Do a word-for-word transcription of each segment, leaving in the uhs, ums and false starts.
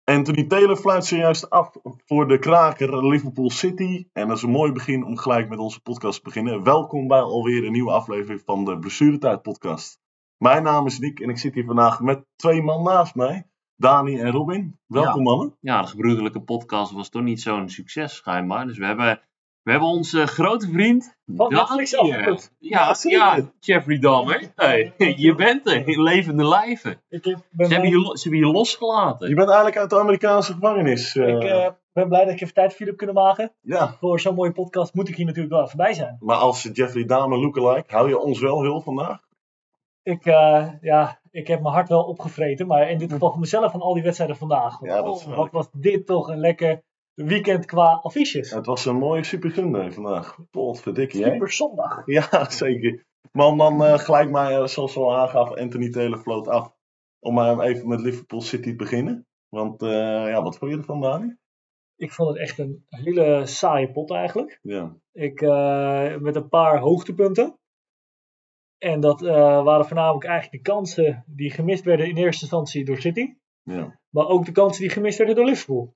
Anthony Taylor fluit zojuist af voor de kraker Liverpool City. En dat is een mooi begin om gelijk met onze podcast te beginnen. Welkom bij alweer een nieuwe aflevering van de Blessuretijd podcast. Mijn naam is Nick en ik zit hier vandaag met twee man naast mij. Dani en Robin. Welkom ja. mannen. Ja, de gebroedelijke podcast was toch niet zo'n succes schijnbaar. Dus we hebben, we hebben onze grote vriend... Van Netflix afgepakt. Ja, ja, ja, Jeffrey Dahmer. Hey, je bent er, in levende lijven. Ik heb, Ze hebben, blij... je, lo- ze hebben je losgelaten. Je bent eigenlijk uit de Amerikaanse gevangenis. Uh... Ik uh, ben blij dat ik even tijd voor jullie heb kunnen maken. Ja. Voor zo'n mooie podcast moet ik hier natuurlijk wel even bij zijn. Maar als Jeffrey Dahmer lookalike, hou je ons wel heel vandaag? Ik, uh, ja, ik heb mijn hart wel opgevreten, maar in dit geval voor mezelf van al die wedstrijden vandaag. Ja, dat is oh, wat was dit toch een lekker weekend qua affiches. Het was een mooie Super Sunday vandaag. Potverdikkie, hè? Super zondag. Ja, zeker. Maar om dan uh, gelijk maar, uh, zoals we al aangaf, Anthony Taylor floot af. Om maar even met Liverpool City te beginnen. Want, uh, ja, wat vond je ervan, Dani? Ik vond het echt een hele saaie pot eigenlijk. Ja. Ik, uh, met een paar hoogtepunten. En dat uh, waren voornamelijk eigenlijk de kansen die gemist werden in eerste instantie door City. Ja. Maar ook de kansen die gemist werden door Liverpool.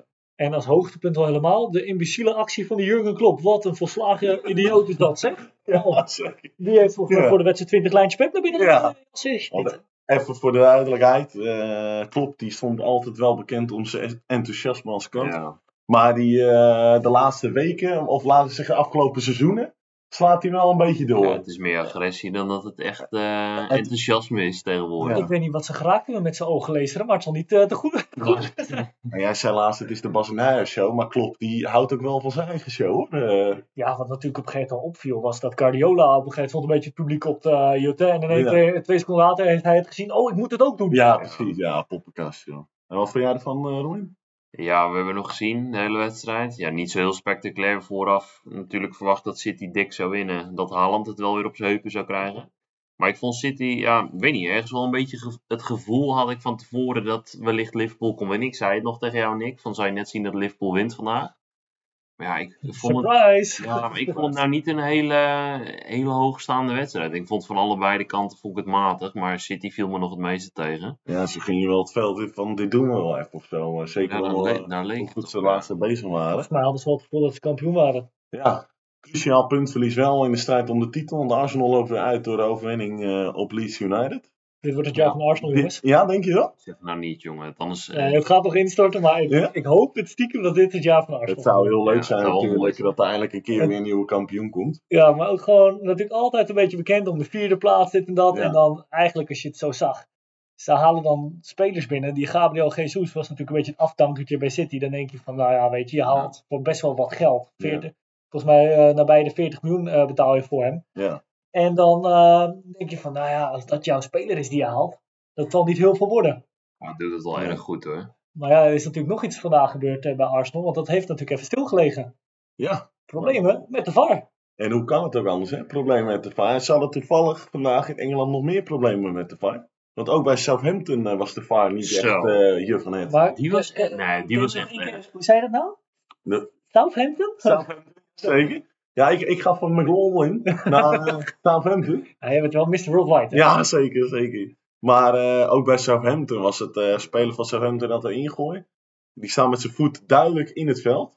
En als hoogtepunt al helemaal de imbeciele actie van de Jurgen Klopp. Wat een volslagen idioot is dat, zeg. Ja, zeker. Die heeft volgens mij Ja. voor de wedstrijd twintig lijntjes pep naar binnen. Ja. Ja. Even voor de duidelijkheid. Uh, Klopp die stond altijd wel bekend om zijn enthousiasme als coach. Ja. Maar die, uh, de laatste weken, of laten we zeggen afgelopen seizoenen, slaat hij wel een beetje door. Ja, het is meer agressie dan dat het echt uh, enthousiasme is tegenwoordig. Ik weet niet wat ze geraakt hebben met zijn ooggelezer, maar het zal niet uh, te goed zijn. Nou, jij zei laatst, het is de Bas en Nijer show, maar Klopp die houdt ook wel van zijn eigen show, hoor. Uh, Ja, wat natuurlijk op een gegeven moment al opviel, was dat Guardiola op een gegeven moment stond een beetje het publiek op de jote. En ineens Ja. twee, twee seconden later heeft hij het gezien, oh, ik moet het ook doen. ja, precies. Ja, poppenkast, joh. En wat vond jij ervan, uh, Robin? Ja, we hebben nog gezien, de hele wedstrijd. Ja, niet zo heel spectaculair. Vooraf natuurlijk verwacht dat City dik zou winnen. Dat Haaland het wel weer op zijn heupen zou krijgen. Maar ik vond City, ja, ik weet niet, ergens wel een beetje ge- het gevoel had ik van tevoren dat wellicht Liverpool kon winnen. Ik zei het nog tegen jou, Nick, van zou je net zien dat Liverpool wint vandaag. Maar ja, ik vond het, Surprise! ja, maar ik vond het nou niet een hele, hele hoogstaande wedstrijd. Ik vond van allebei de kanten vond ik het matig, maar City viel me nog het meeste tegen. Ja, ze gingen wel het veld in van, dit doen we wel even of zo. Uh, zeker Ja, daar wel, le- uh, daar leek hoe het goed op, ze ja. laatste bezig waren. Volgens mij hadden ze wel het gevoel dat ze kampioen waren. Ja, cruciaal puntverlies wel in de strijd om de titel. Want Arsenal loopt weer uit door de overwinning uh, op Leeds United. Dit wordt het jaar Ja. van Arsenal, jongens. Dit, ja, denk je dat? Zeg nou niet, jongen. Anders, uh, Nee, het gaat nog instorten, maar ik, Ja? ik hoop het stiekem dat dit het jaar van Arsenal Het zou heel leuk Ja, zijn het zou wel natuurlijk, mooi dat er eindelijk een keer weer een nieuwe kampioen komt. Ja, maar ook gewoon natuurlijk altijd een beetje bekend om de vierde plaats, dit en dat. Ja. En dan eigenlijk, als je het zo zag, ze halen dan spelers binnen. Die Gabriel Jesus was natuurlijk een beetje het aftankertje bij City. Dan denk je van, nou ja, weet je, je haalt voor best wel wat geld. veertig, Volgens mij uh, nabij de veertig miljoen uh, betaal je voor hem. Ja. En dan uh, denk je van, nou ja, als dat jouw speler is die je haalt, dat zal niet heel veel worden. maar doet het wel Ja. erg goed, hoor. Maar ja, er is natuurlijk nog iets vandaag gebeurd uh, bij Arsenal, want dat heeft natuurlijk even stilgelegen. Ja. Problemen met de V A R. En hoe kan het ook anders, hè? Problemen met de V A R. Ze hadden toevallig vandaag in Engeland nog meer problemen met de V A R. Want ook bij Southampton uh, was de V A R niet Zo. echt uh, juf van het. Maar, Die was echt, nee, die was echt Hoe erg. zei je dat nou? De- Southampton? Southampton, zeker. Ja, ik, ik ga van McLaughlin naar uh, Southampton. Ja, jij bent wel mister Worldwide, hè? Ja, zeker, zeker. Maar uh, ook bij Southampton was het uh, speler van Southampton dat er ingooi. Die staan met zijn voet duidelijk in het veld.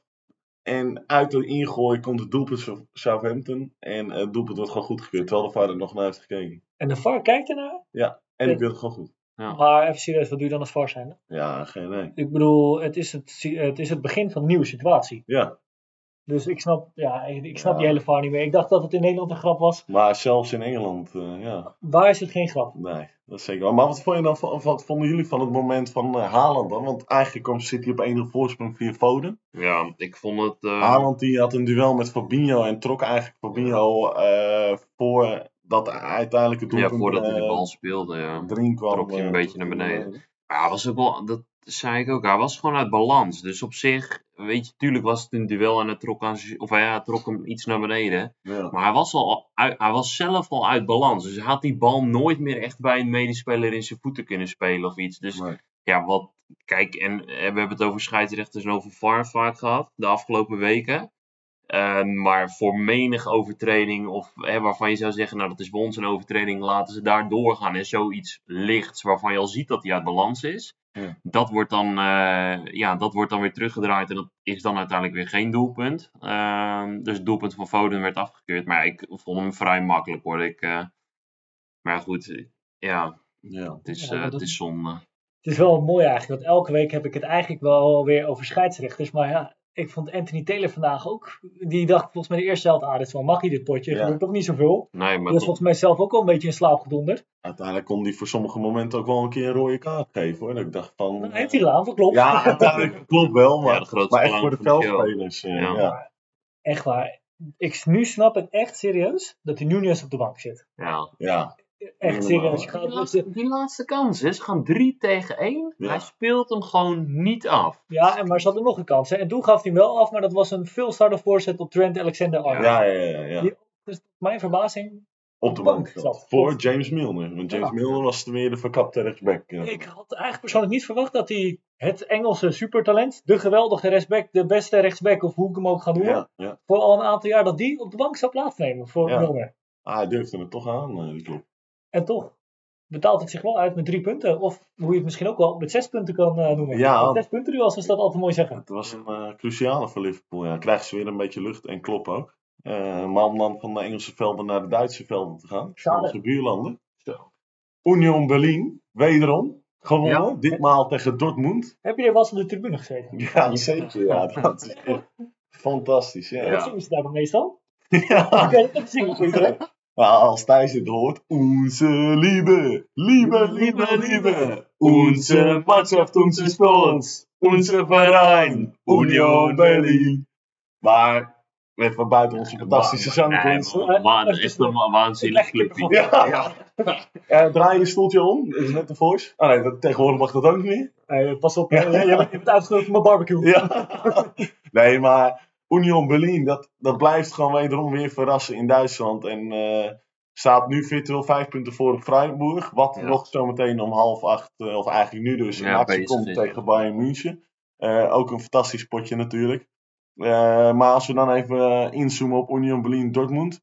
En uit de ingooi komt het doelpunt van Southampton. En uh, het doelpunt wordt gewoon goedgekeurd, terwijl de V A R er nog naar heeft gekeken. En de V A R kijkt ernaar? Ja, en ik vind het gewoon goed. Ja. Maar even serieus, wat doe je dan als V A R zijn? Ja, geen nee. Ik bedoel, het is het, het is het begin van een nieuwe situatie. Ja, Dus ik snap, ja, ik, ik snap Ja. die hele V A R niet meer. Ik dacht dat het in Nederland een grap was. maar zelfs in Engeland, uh, ja, Waar is het geen grap? nee, dat is zeker wel. Maar wat, vond je dan, van- wat vonden jullie van het moment van uh, Haaland dan? Want eigenlijk kwam City op één nul voorsprong via Foden. Ja, ik vond het... Uh, Haaland die had een duel met Fabinho en trok eigenlijk Fabinho uh, voor dat uiteindelijk het ja, doelpunt voordat hij de uh, bal speelde, ja. erin kwam. trok hij een uh, beetje naar beneden. Maar hij was ook wel, dat zei ik ook, hij was gewoon uit balans. Dus op zich, weet je, tuurlijk was het een duel en hij trok, aan, z- of ja, hij trok hem iets naar beneden. Ja. Maar hij was, al uit, hij was zelf al uit balans. Dus hij had die bal nooit meer echt bij een medespeler in zijn voeten kunnen spelen of iets. Dus Nee. ja, wat, kijk, en eh, we hebben het over scheidsrechters en over V A R vaak gehad de afgelopen weken. Uh, maar voor menig overtreding, of hè, waarvan je zou zeggen, nou dat is bij ons een overtreding, laten ze daar doorgaan. En zoiets lichts, waarvan je al ziet dat hij uit balans is. Ja. Dat, wordt dan, uh, ja, dat wordt dan weer teruggedraaid en dat is dan uiteindelijk weer geen doelpunt. Uh, dus het doelpunt van Foden werd afgekeurd. Maar ik vond hem vrij makkelijk hoor. Ik, uh, maar goed, ja, Ja. het is, Ja, uh, dat- het is zonde. Het is wel mooi eigenlijk, want elke week heb ik het eigenlijk wel weer over scheidsrechters. Maar ja, ik vond Anthony Taylor vandaag ook. Die dacht volgens mij de eerste helft, ah, dit is wel makkie dit potje. Er Ja. gebeurt toch niet zoveel. Nee, maar Die is goed. volgens mij zelf ook al een beetje in slaap gedonderd. Uiteindelijk kon hij voor sommige momenten ook wel een keer een rode kaart geven hoor. Dat ik dacht van... Dan heeft hij gedaan, dat klopt. Ja, uiteindelijk klopt wel, maar, Ja, de grootste maar echt voor de belang van de show. veldspelers. eh, Ja. ja. Echt waar. Ik, nu snap ik echt serieus dat die Nunes op de bank zit. Ja. Ja. Echt serieus. Je Die gaat, laatste, die laatste kans, hè. Ze gaan drie tegen één. Ja. Hij speelt hem gewoon niet af. ja, en maar ze hadden nog een kans. Hè. En toen gaf hij hem wel af, maar dat was een veel starter voorzet op Trent Alexander-Arnold. Ja, ja, ja, ja. Die- Dus tot mijn verbazing. Op de bank zat. zat. Voor James Milner. Want James Ja. Milner was weer de verkapte rechtsback. ja. Ik had eigenlijk persoonlijk niet verwacht dat hij het Engelse supertalent, de geweldige rechtsback, de beste rechtsback, of hoe ik hem ook ga noemen, Ja, ja. voor al een aantal jaar dat die op de bank zou plaatsnemen voor Ja. Milner. Ah, hij durfde het toch aan, eh, die club. En toch betaalt het zich wel uit met drie punten. Of hoe je het misschien ook wel met zes punten kan eh, noemen. Ja. Met zes punten duels, zoals ze dat altijd mooi zeggen. Het was een eh, cruciale voor Liverpool. Ja, krijgen ze weer een beetje lucht en Klopp ook. Eh, maar om dan van de Engelse velden naar de Duitse velden te gaan. Schade. Onze buurlanden. Union Berlin, wederom. Gewonnen, Ja. ditmaal tegen Dortmund. Heb je er wel eens op de tribune gezeten? Ja, zeker. Ja, dat is echt fantastisch. Ja. Wat Ja. zingen ze daar dan meestal? Ja. Oké, dat zingen ze iedereen. Maar als Thijs het hoort, onze lieve, lieve, lieve, lieve, onze Mannschaft, onze Stolz, onze Verein, Union Berlin. Maar even buiten onze fantastische zangkunsten. Nee, man, man, echt een wa- waanzinnig clubje. Ja, ja. ja. Draai je stoeltje om, dat is net de voice. Ah nee, dat, tegenwoordig mag dat ook niet meer. Hey, pas op, eh, je, bent, je bent uitgenodigd voor mijn barbecue. Ja. Nee, maar Union Berlin, dat, dat blijft gewoon wederom weer verrassen in Duitsland. En eh, staat nu virtueel vijf punten voor op Freiburg. Wat Ja. nog zometeen om half acht, eh, of eigenlijk nu dus, in Ja, actie bezig komt is, tegen ja. Bayern München. Eh, ook een fantastisch potje natuurlijk. Eh, maar als we dan even eh, inzoomen op Union Berlin-Dortmund.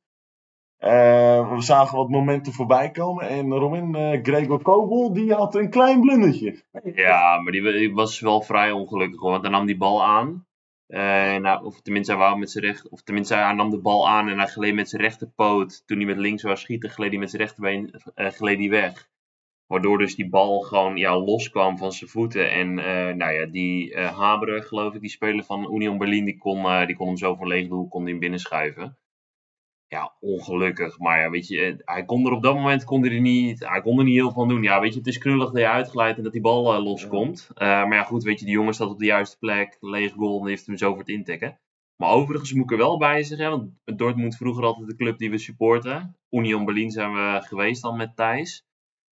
Eh, we zagen wat momenten voorbij komen. En Robin, eh, Gregor Kobel, die had een klein blundertje. Ja, maar die, die was wel vrij ongelukkig hoor. Want hij nam die bal aan. Eh, nou, of tenminste, hij wou met zijn recht. Of tenminste, hij nam de bal aan en hij gleed met zijn rechterpoot. Toen hij met links wou schieten, gleed hij met zijn rechterbeen eh, gleed hij weg. Waardoor dus die bal gewoon ja, loskwam van zijn voeten. En eh, nou ja, die eh Habre, geloof ik, die speler van Union Berlin, die kon, eh, die kon hem zo van leeg doel kon die hem binnenschuiven. Ja, ongelukkig. Maar ja, weet je, eh, hij kon er op dat moment kon hij er niet, hij kon er niet heel van doen. Ja, weet je, het is knullig dat je uitglijdt en dat die bal eh, loskomt. Eh, maar ja, goed, weet je, die jongen staat op de juiste plek. Leeg goal en heeft hem zo voor het intikken. Maar overigens moet ik er wel bij zeggen, want Dortmund vroeger altijd de club die we supporten. Union Berlin zijn we geweest dan met Thijs.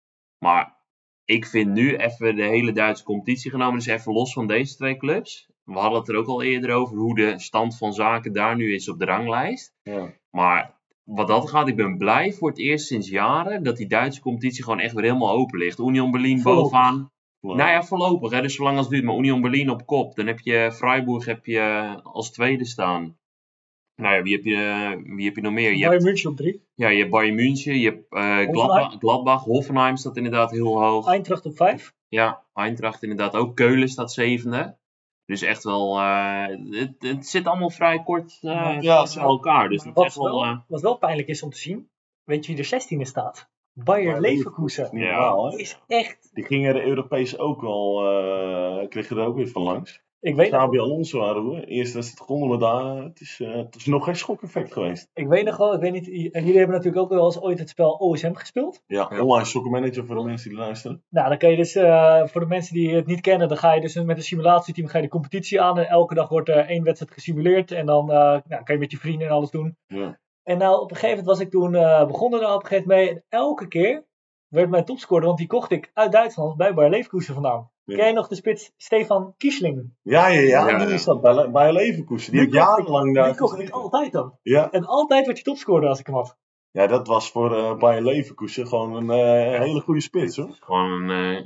Maar ik vind nu even de hele Duitse competitie genomen, dus even los van deze twee clubs. We hadden het er ook al eerder over hoe de stand van zaken daar nu is op de ranglijst. Ja. Maar wat dat gaat, ik ben blij voor het eerst sinds jaren dat die Duitse competitie gewoon echt weer helemaal open ligt. Union Berlin Voorlopig. bovenaan. Nou ja, voorlopig, hè, dus zolang als het duurt. Maar Union Berlin op kop. Dan heb je Freiburg heb je als tweede staan. Nou ja, wie heb je, wie heb je nog meer? Je Bayern hebt, München op drie. ja, je hebt Bayern München, je hebt eh, Gladbach, Gladbach, Hoffenheim staat inderdaad heel hoog. Eintracht op vijf. Ja, Eintracht inderdaad ook. Keulen staat zevende. Dus echt wel, eh, het, het zit allemaal vrij kort eh Ja, ja, bij elkaar. Dus Maar dat is wat, echt wel, wel, eh, wat wel pijnlijk is om te zien, weet je wie er zestiende staat? Bayer Leverkusen. Niet Ja. normaal, hè? Is echt, Die gingen de Europees ook wel, eh kregen er ook weer van langs. ik weet, nog, Xabi Alonso hadden we. Eerst was het gewonnen, maar daar, het is, eh, het is nog geen schokeffect geweest. ik weet nog wel, ik weet niet, en jullie hebben natuurlijk ook wel eens ooit het spel O S M gespeeld. Ja, Ja. online soccer manager voor de mensen die luisteren. Nou, dan kan je dus, eh, voor de mensen die het niet kennen, dan ga je dus met een simulatieteam ga je de competitie aan en elke dag wordt er één wedstrijd gesimuleerd en dan eh, nou, kan je met je vrienden en alles doen. Ja. En nou, op een gegeven moment was ik toen eh, begonnen daar op een gegeven moment mee en elke keer werd mijn topscorer, want die kocht ik uit Duitsland bij Bayer Leverkusen vandaan. Ja. Ken je nog de spits Stefan Kiesling? Ja, ja, ja, Ja, die ja. staat bij, bij Leverkusen. Die Die heeft kocht ik- jarenlang daar Die kocht ik gezeten. altijd dan. Ja. En altijd werd je topscorer als ik hem had. ja, dat was voor eh Bayer Leverkusen gewoon een eh, hele goede spits, hoor. gewoon een, eh,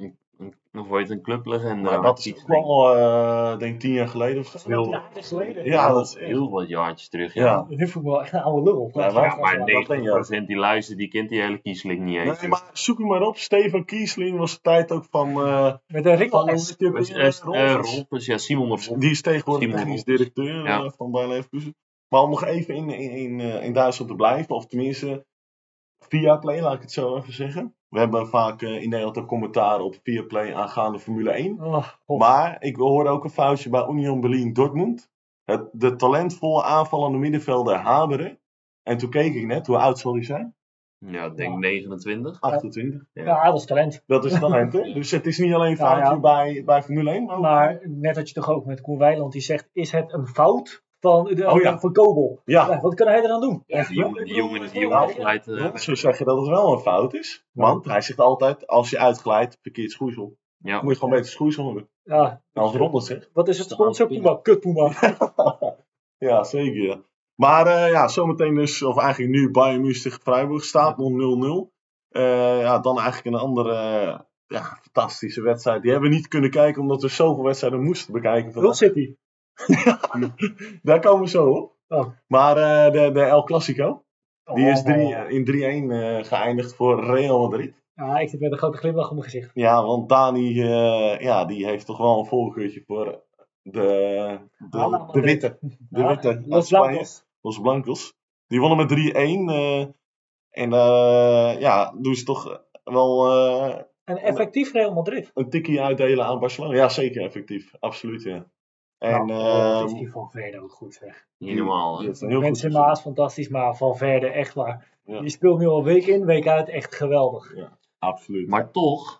Of hoe heet het, een clublegende. Maar dat is ook wel, uh, denk ik, tien jaar geleden of zo. Heel jaar geleden. Ja, dat is heel wat jaartjes terug. Ja. Ja, Nu voel ik me wel echt een oude lul. Ja, Dat maar- gaat maar wel. negentig procent die luistert, die kent die hele Kiesling niet eens. Nee, maar zoek hem maar op. Stefan Kiesling was de tijd ook van... Uh, Met een ring van op hoe heet die ook Dus, weer? eh, eh, Rolfers. Rolfers, ja, Simon Rolfers. Die is tegenwoordig Simon technisch Rolfers. directeur Ja. uh, van Bayer Leverkusen. Maar om nog even in, in, in, uh, in Duitsland te blijven, of tenminste Viaplay, laat ik het zo even zeggen. We hebben vaak uh, in Nederland ook commentaar op Viaplay aangaande Formule één. Oh, God. Maar ik hoorde ook een foutje bij Union Berlin-Dortmund. Het, de talentvolle aanvallende middenvelder Haberen. En toen keek ik net, hoe oud zal hij zijn? Ja, ik denk Ja. negenentwintig. achtentwintig. Ja, dat is talent. Dat is talent, hè? Dus het is niet alleen een Ja, foutje ja. Bij, bij Formule één. Maar, ook- Maar net had je toch ook met Koen Weiland die zegt, is het een fout van, de, Oh ja. van Kobel? ja, Ja, wat kan hij er dan doen? Ja, die jongen, die jongen, die jongen afgeleid. eh, ja, zo zeg je dat het wel een fout is. Want hij zegt altijd, als je uitglijdt, verkeerd schoeisel. ja. Dan moet je gewoon beter schoeisel hebben. Ja, Als Ronald zegt. wat is het sponsor? Puma, kut Puma. Ja, zeker. Ja. Maar uh, ja, zometeen dus, of eigenlijk nu Bayern München tegen Freiburg staat nog nul nul. Uh, ja, dan eigenlijk een andere uh, ja, fantastische wedstrijd. Die hebben we niet kunnen kijken omdat we zoveel wedstrijden moesten bekijken. Hull vandaag. City. Daar komen we zo op. Oh. Maar uh, de, de El Clasico, die is drie, Oh. in drie-een uh, geëindigd voor Real Madrid. Ja, ik zit met een grote glimlach op mijn gezicht. Ja, want Dani, uh, ja, die heeft toch wel een voorkeurtje voor de, de, Ah, de witte. De Ja, witte uit Los Spanje. Blancos. Los Blancos. Die wonnen met drie-een. Uh, en uh, ja, doen ze toch wel uh, En effectief Real Madrid. een tikkie uitdelen aan Barcelona. Ja, zeker effectief. Absoluut, ja. En, nou, oh, uh, is die Valverde ook goed zeg. Niet normaal. die Hè? heeft een heel goed Benzema is fantastisch, maar Valverde echt waar. Ja. Die speelt nu al week in, week uit echt geweldig. Absoluut. Maar toch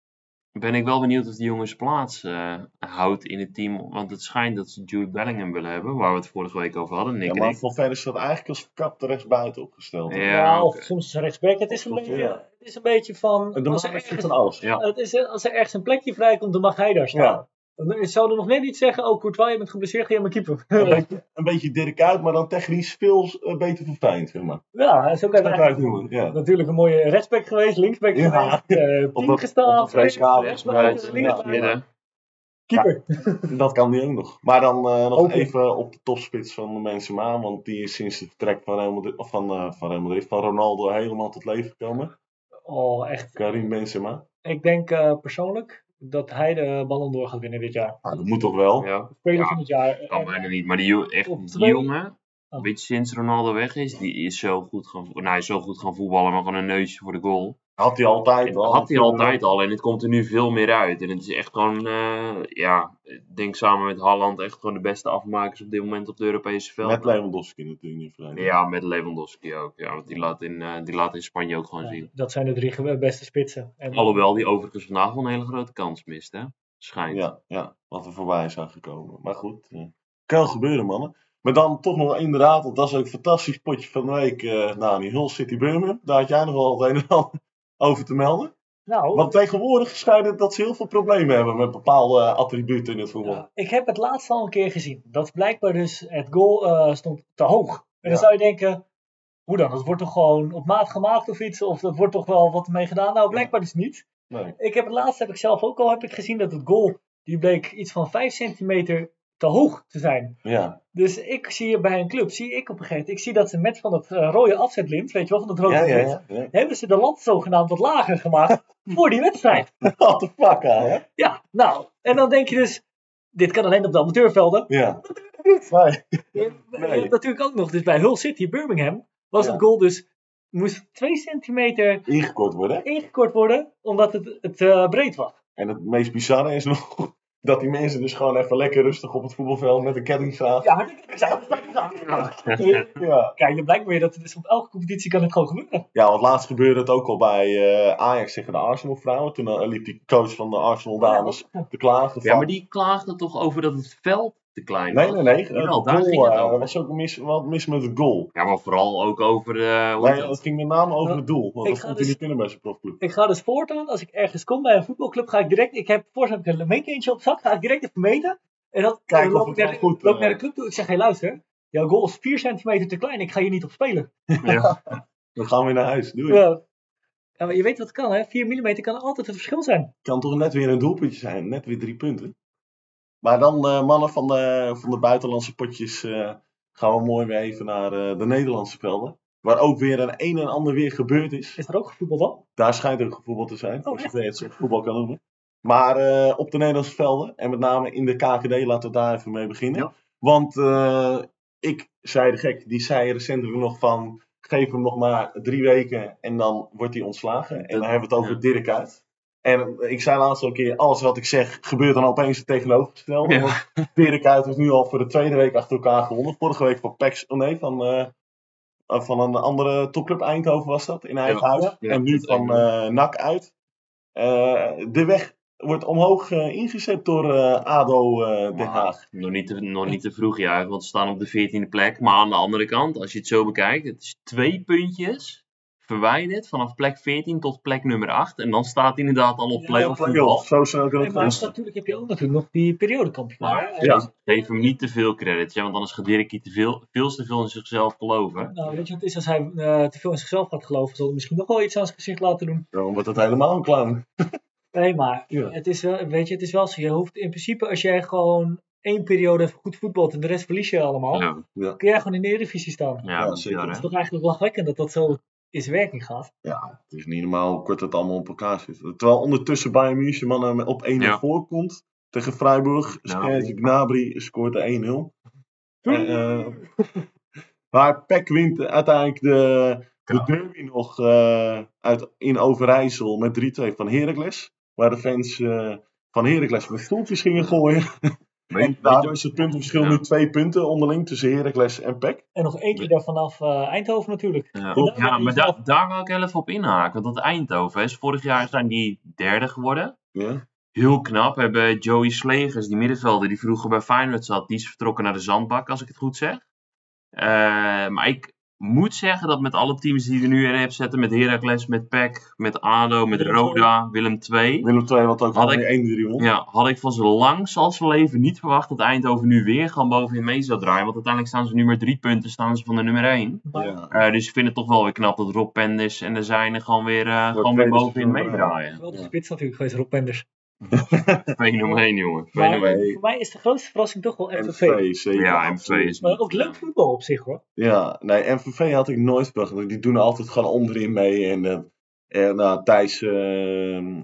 ben ik wel benieuwd of die jongens plaats uh, houdt in het team. Want het schijnt dat ze Jude Bellingham willen hebben, waar we het vorige week over hadden. Nick ja, en maar ik. Valverde staat eigenlijk als verkapte rechtsbuiten opgesteld. hè? Ja, Ja, of oké. soms rechtsback. Het is een Of- beetje, ja. het is een beetje van... En de als er, man is ergens, van alles. Ja. het is, als er ergens een plekje vrijkomt, dan mag hij daar staan. Ja. Dan zou er nog net niet zeggen, oh Courtois, je bent geblesseerd, ga je maar keeper. Een beetje, een beetje Dirk uit, maar dan technisch veel uh, beter verfijnd, zeg maar. Ja, zo kan je Dat het kan je eigenlijk het noemen, ja. Natuurlijk een mooie rechtsback geweest, linksback Ja. geweest, uh, Op team dat- gestaan, op dat V K, rechtsbuiten, Rechtsbuiten, linksbuiten, midden. keeper. Dat kan die ook nog. Maar dan uh, nog Open. even op de topspits van de Benzema, want die is sinds het vertrek van Real Madrid, of van, uh, van Real Madrid, van Ronaldo helemaal tot leven gekomen. Oh, echt. Karim Benzema. Ik denk uh, persoonlijk dat hij de Ballon d'Or gaat winnen dit jaar. Nou, dat moet toch wel? Ja, Speler Ja, van het jaar. kan En- bijna niet. Maar die, jo- echt, Op die twee- jongen, Oh. weet je, sinds Ronaldo weg is, die is zo goed gaan, nou, hij is zo goed gaan voetballen, maar gewoon een neusje voor de goal. Had hij altijd En al. dat had hij altijd al en het komt er nu veel meer uit. En het is echt gewoon, uh, ja, ik denk samen met Haaland echt gewoon de beste afmakers op dit moment op de Europese veld. Met Lewandowski natuurlijk niet vergeten. Ja, met Lewandowski ook. Ja, want die laat in, uh, die laat in Spanje ook gewoon Ja, zien. dat zijn de drie ge- beste spitsen. En, Alhoewel die overigens vandaag wel een hele grote kans mist, hè? Schijnt. Ja, ja, wat er voorbij is aangekomen. Maar goed, uh, kan wel gebeuren, mannen. Maar dan toch nog inderdaad, want dat is ook een fantastisch potje van de week. Uh, nou, die Hull City Birmingham. Daar had jij nog wel het een en ander over te melden. Nou, Want tegenwoordig schijnt het dat ze heel veel problemen hebben met bepaalde uh, attributen in het voetbal. ja, ik heb het laatst al een keer gezien. Dat blijkbaar dus het goal uh, stond te hoog. En dan Ja. zou je denken, hoe dan? Dat wordt toch gewoon op maat gemaakt of iets? Of dat wordt toch wel wat ermee gedaan? Nou, blijkbaar dus niet. Nee. Ik heb het laatst, heb ik zelf ook al heb ik gezien dat het goal, die bleek iets van vijf centimeter te hoog te zijn. Ja, Dus ik zie hier bij een club, zie ik op een gegeven moment, ik zie dat ze met van dat uh, rode afzetlint, weet je wel, van dat rode ja, ja. lint, ja, ja. hebben ze de land zogenaamd wat lager gemaakt voor die wedstrijd. What the fuck, hè? Ja, nou, en dan denk je dus, dit kan alleen op de amateurvelden. Ja. Nee. Nee. Je Nee. hebt natuurlijk ook nog, dus bij Hull City, Birmingham, was Ja. het goal dus, moest twee centimeter Ingekort worden. ingekort worden, omdat het, het uh, breed was. En het meest bizarre is nog dat die mensen dus gewoon even lekker rustig op het voetbalveld met een kettingzaag. Ja, hartstikke gezegd. Ja. Kijk, je blijkt weer dat het is op elke competitie kan het gewoon gebeuren. Ja, want laatst gebeurde het ook al bij uh, Ajax tegen de Arsenal vrouwen. Toen uh, liep die coach van de Arsenal dames te klagen. Ja, van- maar die klaagde toch over dat het veld te klein Nee, was? nee, nee. Jawel, Het daar goal, ging het uh, over. Er was ook mis, wat mis met het goal. Ja, maar vooral ook over de... Hoe heet Nee, dat? het ging met name over Nou, het doel. Want ik dat ga vond dus- hij niet kunnen bij zijn profclub. Ik ga dus voortaan, als ik ergens kom bij een voetbalclub, ga ik direct, ik heb voor zo'n een meetje op zak, ga ik direct even meten. En dan Kijken dan of loop het ik naar, wel de- goed, loop uh, naar de club toe. Ik zeg, hé hey, luister, jouw goal is vier centimeter te klein, ik ga hier niet op spelen. Ja. Dan gaan we weer naar huis. Doei. Ja. Ja, maar je weet wat het kan, hè? vier millimeter kan altijd het verschil zijn. Kan toch net weer een doelpuntje zijn. Net weer drie punten. Maar dan, uh, mannen van de, van de buitenlandse potjes, uh, gaan we mooi weer even naar uh, de Nederlandse velden. Waar ook weer een een en ander weer gebeurd is. Is er ook gevoetbald dan? Daar schijnt ook gevoetbald te zijn. Oh, als je het zo voetbal kan noemen. Maar uh, op de Nederlandse velden. En met name in de K K D. Laten we daar even mee beginnen. Ja. Want uh, ik zei de gek. Die zei recentelijk nog van. Geef hem nog maar drie weken. En dan wordt hij ontslagen. En dan hebben we het over ja. Dirk Kuyt. En ik zei laatst al een keer. Alles wat ik zeg. Gebeurt dan opeens het tegenovergestelde. Ja. Want Dirk Kuyt heeft nu al voor de tweede week achter elkaar gewonnen. Vorige week van P E C. Oh nee, van... Uh, Van een andere topclub Eindhoven was dat, in eigen ja, huis. Ja, en nu van uh, N A C uit. Uh, de weg wordt omhoog uh, ingezet door uh, ADO uh, Den Haag. Nog niet, te, nog niet te vroeg juichen, want ze staan op de veertiende plek. Maar aan de andere kant, als je het zo bekijkt, het is twee puntjes verwijderd vanaf plek veertien tot plek nummer acht. En dan staat hij inderdaad al op play-off ja, voetbal. Zo snel kan het nee, maar natuurlijk heb je ook natuurlijk nog die periodekampioen. Ja, ja. Geef hem niet te veel credit, ja, want anders gaat Dirkie te veel, veel te veel in zichzelf geloven. Nou, weet je wat het is? Als hij uh, te veel in zichzelf gaat geloven, zal hij misschien nog wel iets aan zijn gezicht laten doen. Dan wordt het helemaal een clown. Nee, maar ja. het, is wel, weet je, het is wel zo. Je hoeft in principe, als jij gewoon één periode even goed voetbalt en de rest verlies je allemaal, ja. Ja. kun jij gewoon in de Eredivisie staan. Ja, ja, zeker. Het is toch eigenlijk lachwekkend dat dat zo in zijn werking gaat. Ja, het is niet normaal hoe kort het allemaal op elkaar zit. Terwijl ondertussen Bayern München mannen op één nul ja. voorkomt tegen Freiburg. Ja. Serge Gnabry scoort de één nul. En, uh, maar P E C wint uiteindelijk de, de derby nog uh, uit, in Overijssel met drie twee van Heracles. Waar de fans uh, van Heracles met stoeltjes gingen gooien. En daardoor is het puntenverschil ja. nu twee punten onderling tussen Heracles en P E C. En nog eentje daar vanaf uh, Eindhoven natuurlijk. Ja, ja maar da- daar wil ik even op inhaken. Want dat Eindhoven is vorig jaar zijn die derde geworden. Ja. Heel knap. We hebben Joey Slegers, die middenvelder die vroeger bij Feyenoord zat. Die is vertrokken naar de Zandbak, als ik het goed zeg. Uh, maar ik moet zeggen dat met alle teams die er nu in hebben zetten. Met Heracles, met P E C, met ADO, met Roda, Willem twee. Willem twee, wat ook had ik, ik, één drie won. Ja, had ik van zo lang als zijn leven niet verwacht dat Eindhoven nu weer gewoon bovenin mee zou draaien. Want uiteindelijk staan ze nu maar drie punten, staan ze van de nummer één. Ja. Uh, dus ik vind het toch wel weer knap dat Rob Penders en de zijnen gewoon weer, uh, gewoon weer bovenin meedraaien. Wel de spits natuurlijk geweest, Rob Penders. Fenomeen, jongen. Maar Fenomeen. voor mij is de grootste verrassing toch wel M V V. M V V, zeker. Ja, M V V is maar ook leuk voetbal op zich, hoor. Ja, nee, M V V had ik nooit verwacht. Die doen altijd gewoon onderin mee. En, uh, en uh, Thijs, uh,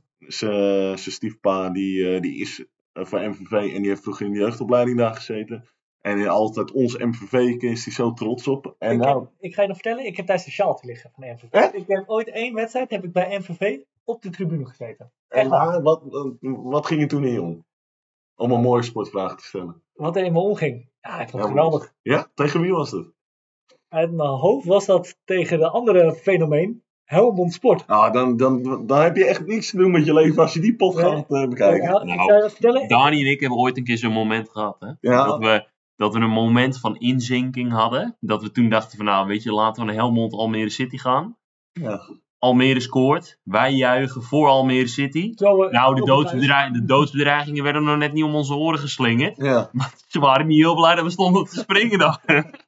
zijn stiefpa, die, uh, die is uh, van M V V en die heeft vroeger in de jeugdopleiding daar gezeten. En uh, altijd ons M V V is hij zo trots op. En ik, nou... heb, ik ga je nog vertellen, ik heb thuis de sjaaltje liggen van M V V. Eh? Ik heb ooit één wedstrijd heb ik bij M V V op de tribune gezeten. En waar, wat, wat ging je toen in om? Om een mooie sportvraag te stellen. Wat er in me omging? Ja, ik vond het ja, geweldig. Ja? Tegen wie was het? Uit mijn hoofd was dat tegen de andere fenomeen, Helmond Sport. Nou, dan, dan, dan heb je echt niets te doen met je leven als je die pot nee. gaat uh, bekijken. Ja, nou, vertellen, Dani en ik hebben ooit een keer zo'n moment gehad. Hè? Ja. Dat, we, dat we een moment van inzinking hadden. Dat we toen dachten van nou, weet je, laten we naar Helmond Almere City gaan. Ja. Almere scoort. Wij juichen voor Almere City. Zo, uh, nou, de, doodsbedreig- de doodsbedreigingen werden nog net niet om onze oren geslingerd. Ja. Maar ze waren niet heel blij dat we stonden te springen dan.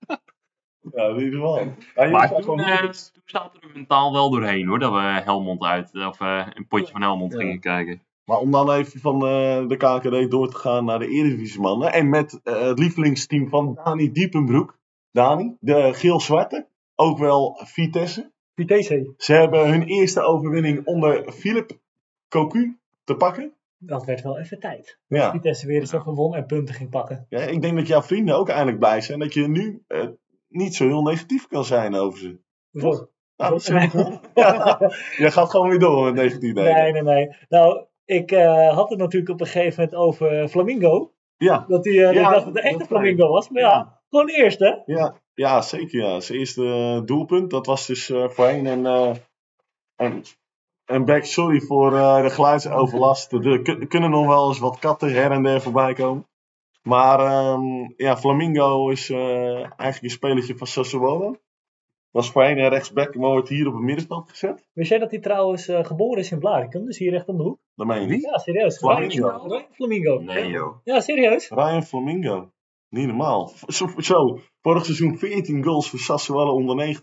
Ja, in ieder geval. Ja, maar toen, uh, toen zaten we mentaal wel doorheen hoor. Dat we Helmond uit, of uh, een potje van Helmond ja. gingen kijken. Maar om dan even van uh, de K K D door te gaan naar de Eredivisie mannen. En met uh, het lievelingsteam van Dani Diepenbroek. Dani, de geel-zwarte. Ook wel Vitesse. Vitesse. Ze hebben hun eerste overwinning onder Philip Cocu te pakken. Dat werd wel even tijd. Ja. Vitesse weer eens even won en punten ging pakken. Ja, ik denk dat jouw vrienden ook eindelijk blij zijn. Dat je nu uh, niet zo heel negatief kan zijn over ze. Hoezo? Nou, dat nee. Ja, je gaat gewoon weer door met negatief denken. Nee, nee, nee. Nou, ik uh, had het natuurlijk op een gegeven moment over Flamingo. Ja. Dat hij uh, ja, dacht dat de echte Flamingo was. Maar ja, ja, gewoon eerst hè? Ja, ja zeker ja. Zijn eerste uh, doelpunt, dat was dus uh, voorheen. En, uh, en, en back, sorry voor uh, de geluidsoverlast. Er k- kunnen nog wel eens wat katten her en der voorbij komen. Maar um, ja, Flamingo is uh, eigenlijk een spelertje van Sassuolo. Was voorheen een rechtsback, maar wordt hier op het middenveld gezet. Wist jij dat hij trouwens uh, geboren is in Blaricum, dus hier recht om de hoek? Dat meen je niet? Ja, serieus. Flamingo. Ryan Flamingo. Nee joh. Ja, serieus. Ryan Flamingo. Niet normaal. Zo, zo, vorig seizoen veertien goals voor Sassuolo onder negentien.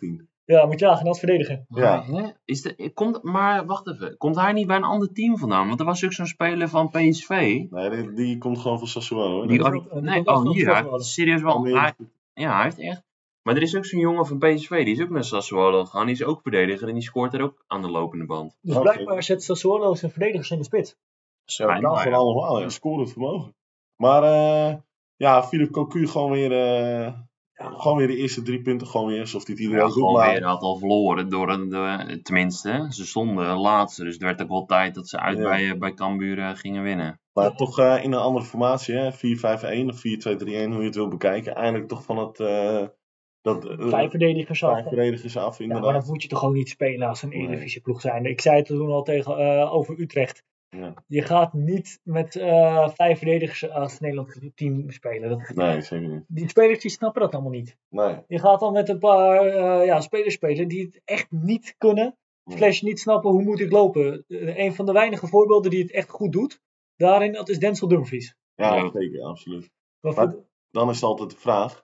Ja, moet je nagaan als verdediger. Ja. Maar, hè? Is de, komt, maar wacht even. Komt hij niet bij een ander team vandaan? Want er was ook zo'n speler van P S V. Nee, die, die komt gewoon van Sassuolo. Hoor. Die, is oh, ook- die nee, komt echt oh van hier. Hij Sassuolo. heeft serieus wel. Oh, nee. Hij, ja, hij heeft echt. Maar er is ook zo'n jongen van P S V. Die is ook naar Sassuolo gegaan. Die is ook verdediger. En die scoort er ook aan de lopende band. Dus Oké. blijkbaar zet Sassuolo zijn verdedigers in de spits. Ja, dat Schijnbaar, kan gewoon ja. allemaal. Ja, scorend vermogen. Maar uh, ja, Philippe Cocu gewoon weer, uh, ja. gewoon weer de eerste drie punten. Gewoon weer alsof hij het iedereen Ja, doet. gewoon Maar weer had al verloren. Door een, de, tenminste, ze stonden laatste. Dus het werd ook wel tijd dat ze uit Ja. bij, uh, bij Cambuur uh, gingen winnen. Maar Ja. toch uh, in een andere formatie, hè? vier vijf een of vier twee drie een, hoe je het wil bekijken. Eindelijk toch van het... Uh, dat, uh, Vijf verdedigers af. vijf verdedigers af, Ja, inderdaad. maar dat moet je toch gewoon niet spelen als een Nee. Eredivisie-ploeg zijn. Ik zei het toen al tegen, uh, over Utrecht. Ja. Je gaat niet met uh, vijf verdedigers als het Nederlands team spelen. Dat, Nee, zeker niet. die spelers die snappen dat allemaal niet. Nee. Je gaat dan met een paar uh, ja, spelers spelen die het echt niet kunnen. Nee. Slash niet snappen hoe moet ik lopen. Uh, een van de weinige voorbeelden die het echt goed doet. Daarin, dat is Denzel Dumfries. Ja, Ja. zeker, absoluut. Maar Maar- voor- Dan is het altijd de vraag...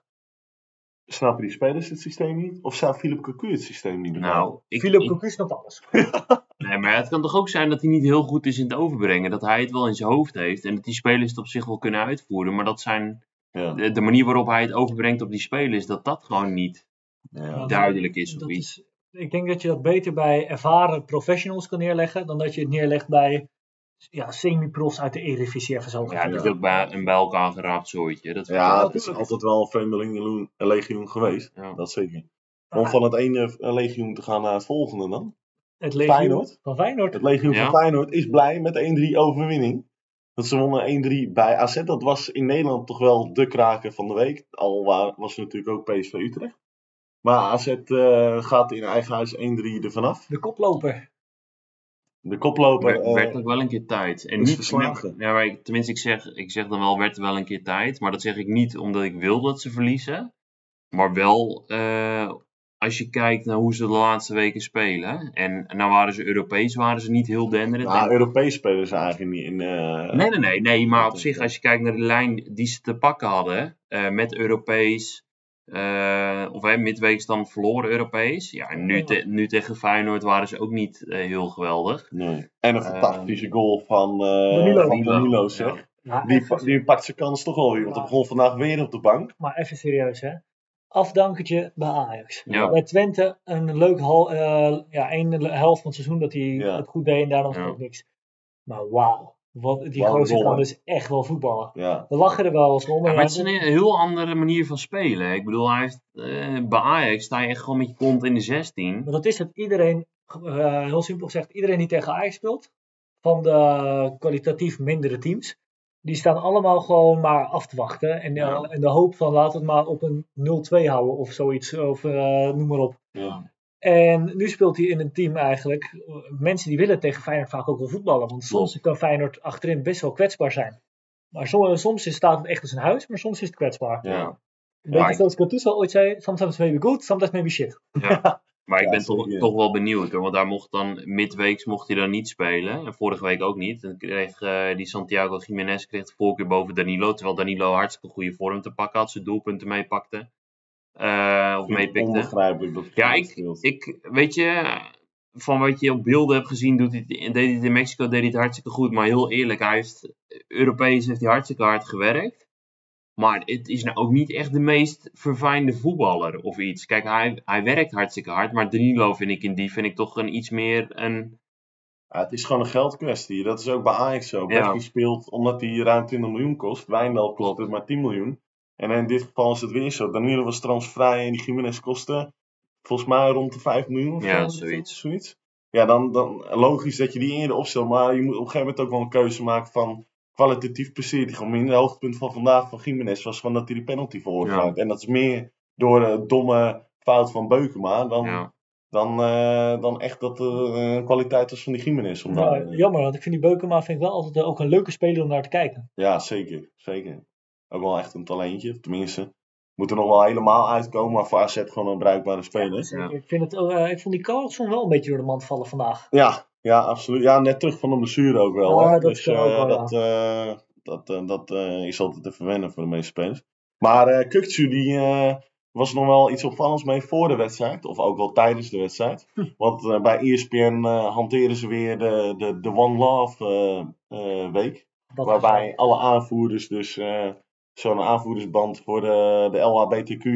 Snappen die spelers het systeem niet? Of zou Philippe Cocu het systeem niet begrijpen? Nou, ik, Philippe ik- Cocu snapt alles. nee, maar het kan toch ook zijn dat hij niet heel goed is in het overbrengen. Dat hij het wel in zijn hoofd heeft. En dat die spelers het op zich wel kunnen uitvoeren. Maar dat zijn Ja. de, de manier waarop hij het overbrengt op die spelers. Dat dat gewoon niet Ja. duidelijk is of Dat iets. is- ik denk dat je dat beter bij ervaren professionals kan neerleggen. Dan dat je het neerlegt bij ja, semi-profs uit de Eredivisie even zo. Ja, het is Ja. ook bij een bij elkaar geraapt zooitje. Dat Ja, Ja, het is tuurlijk. altijd wel een vreemdelingenlegioen een legioen geweest. Ja. Dat zeker. Om van het ene eh, legioen te gaan naar het volgende dan. Het legioen Feyenoord. van Feyenoord. Het legioen Ja. van Feyenoord is blij met een drie overwinning. Dat ze wonnen een drie bij A Z. Dat was in Nederland toch wel de kraker van de week. Al wa- was er natuurlijk ook P S V Utrecht. Maar A Z uh, gaat in eigen huis een drie er vanaf. De koploper. De koploper. Werd, uh, werd ook wel een keer tijd. En is niet, verslagen. ja, maar ik, tenminste, ik zeg, ik zeg dan wel, werd wel een keer tijd. Maar dat zeg ik niet omdat ik wil dat ze verliezen. Maar wel uh, als je kijkt naar hoe ze de laatste weken spelen. En nou waren ze Europees, waren ze niet heel denderend. nou, En- Europees spelen ze eigenlijk niet in. Uh, nee, nee, nee, nee. Maar op dat- zich, als je kijkt naar de lijn die ze te pakken hadden. Uh, met Europees. Uh, of hey, midweeks dan verloren Europees. Ja, en nu, te, nu tegen Feyenoord waren ze ook niet uh, heel geweldig. Nee. En een Uh, fantastische goal van, uh, Danilo. van Danilo, Ja. zeg. Ja, Die, even- pa- die pakt zijn kans toch wel weer. Want hij begon vandaag weer op de bank. maar even serieus, hè. Afdankertje bij Ajax. Ja. Bij Twente een leuk hal, uh, ja, één helft van het seizoen dat hij Ja. het goed deed en daarna was het Ja. ook niks. Maar wauw, wat, die Wauw, gozer goal, kan hè? dus echt wel voetballen. Ja. We lachen er wel eens om. Ja, maar maar het is een heel andere manier van spelen. Ik bedoel, hij heeft, uh, bij Ajax sta je echt gewoon met je kont in de zestien. Maar dat is het. Iedereen, uh, heel simpel gezegd, iedereen die tegen Ajax speelt, van de kwalitatief mindere teams, die staan allemaal gewoon maar af te wachten. En, uh, Ja. en de hoop van laten we het maar op een nul twee houden of zoiets. Of uh, noem maar op. Ja. En nu speelt hij in een team eigenlijk. uh, Mensen die willen tegen Feyenoord vaak ook wel voetballen. Want soms kan Feyenoord achterin best wel kwetsbaar zijn. Maar soms, soms is- staat het echt als een huis, maar soms is het kwetsbaar. Ja. Een beetje Ja, zoals Gattuso ooit zei, sometimes maybe good, sometimes maybe shit. Ja. Maar ik Ja, ben toch, zeker. toch wel benieuwd hoor. Want daar mocht dan midweeks mocht hij dan niet spelen. En vorige week ook niet. En kreeg uh, die Santiago Jiménez kreeg de voorkeur boven Danilo. Terwijl Danilo hartstikke goede vorm te pakken had. Zijn doelpunten meepakte. Uh, of Ik vind het meepikte. onbegrijpelijk dat Ja, hij ik, speelt. ik, weet je, van wat je op beelden hebt gezien, doet hij, deed hij het in Mexico deed hij het hartstikke goed. Maar heel eerlijk, hij heeft, Europees heeft hij hartstikke hard gewerkt. Maar het is nou ook niet echt de meest verfijnde voetballer of iets. Kijk, hij, hij werkt hartstikke hard. Maar Danilo vind ik in die vind ik toch een iets meer een... Ja, het is gewoon een geldkwestie. Dat is ook bij Ajax zo. Ja. Becky speelt omdat hij ruim twintig miljoen kost. Wijndal kost het maar tien miljoen. En in dit geval is het weer zo. Danilo was transfervrij en die Jiménez kostte volgens mij rond de vijf miljoen. Of Ja, zo, zoiets. zoiets. Ja, dan, dan logisch dat je die eerder opstelt. Maar je moet op een gegeven moment ook wel een keuze maken van kwalitatief presteert hij gewoon minder. Het hoogtepunt van vandaag van Jiménez was van dat hij die penalty veroorzaakt. Ja. En dat is meer door de domme fout van Beukema dan, Ja. dan, uh, dan echt dat de uh, kwaliteit was van die Jiménez. Om Ja, daar, jammer, want ik vind die Beukema vind ik wel altijd ook een leuke speler om naar te kijken. Ja, zeker. Zeker. Ook wel echt een talentje. Tenminste, moet er nog wel helemaal uitkomen. Maar voor A Z gewoon een bruikbare speler. Ja. Ik, vind het, uh, ik vond die Carlson wel een beetje door de mand vallen vandaag. Ja, ja, absoluut. Ja, net terug van een blessure ook wel. Ja, hè. dat dus kan ook uh, wel, dat, uh, dat, uh, dat uh, is altijd even wennen voor de meeste spelers. Maar uh, Kukçu, die, uh, was er nog wel iets opvallends mee voor de wedstrijd. Of ook wel tijdens de wedstrijd. Want uh, bij E S P N uh, hanteren ze weer de, de, de One Love uh, uh, week. Dat Waarbij is, alle aanvoerders dus uh, zo'n aanvoerdersband voor de, de L H B T Q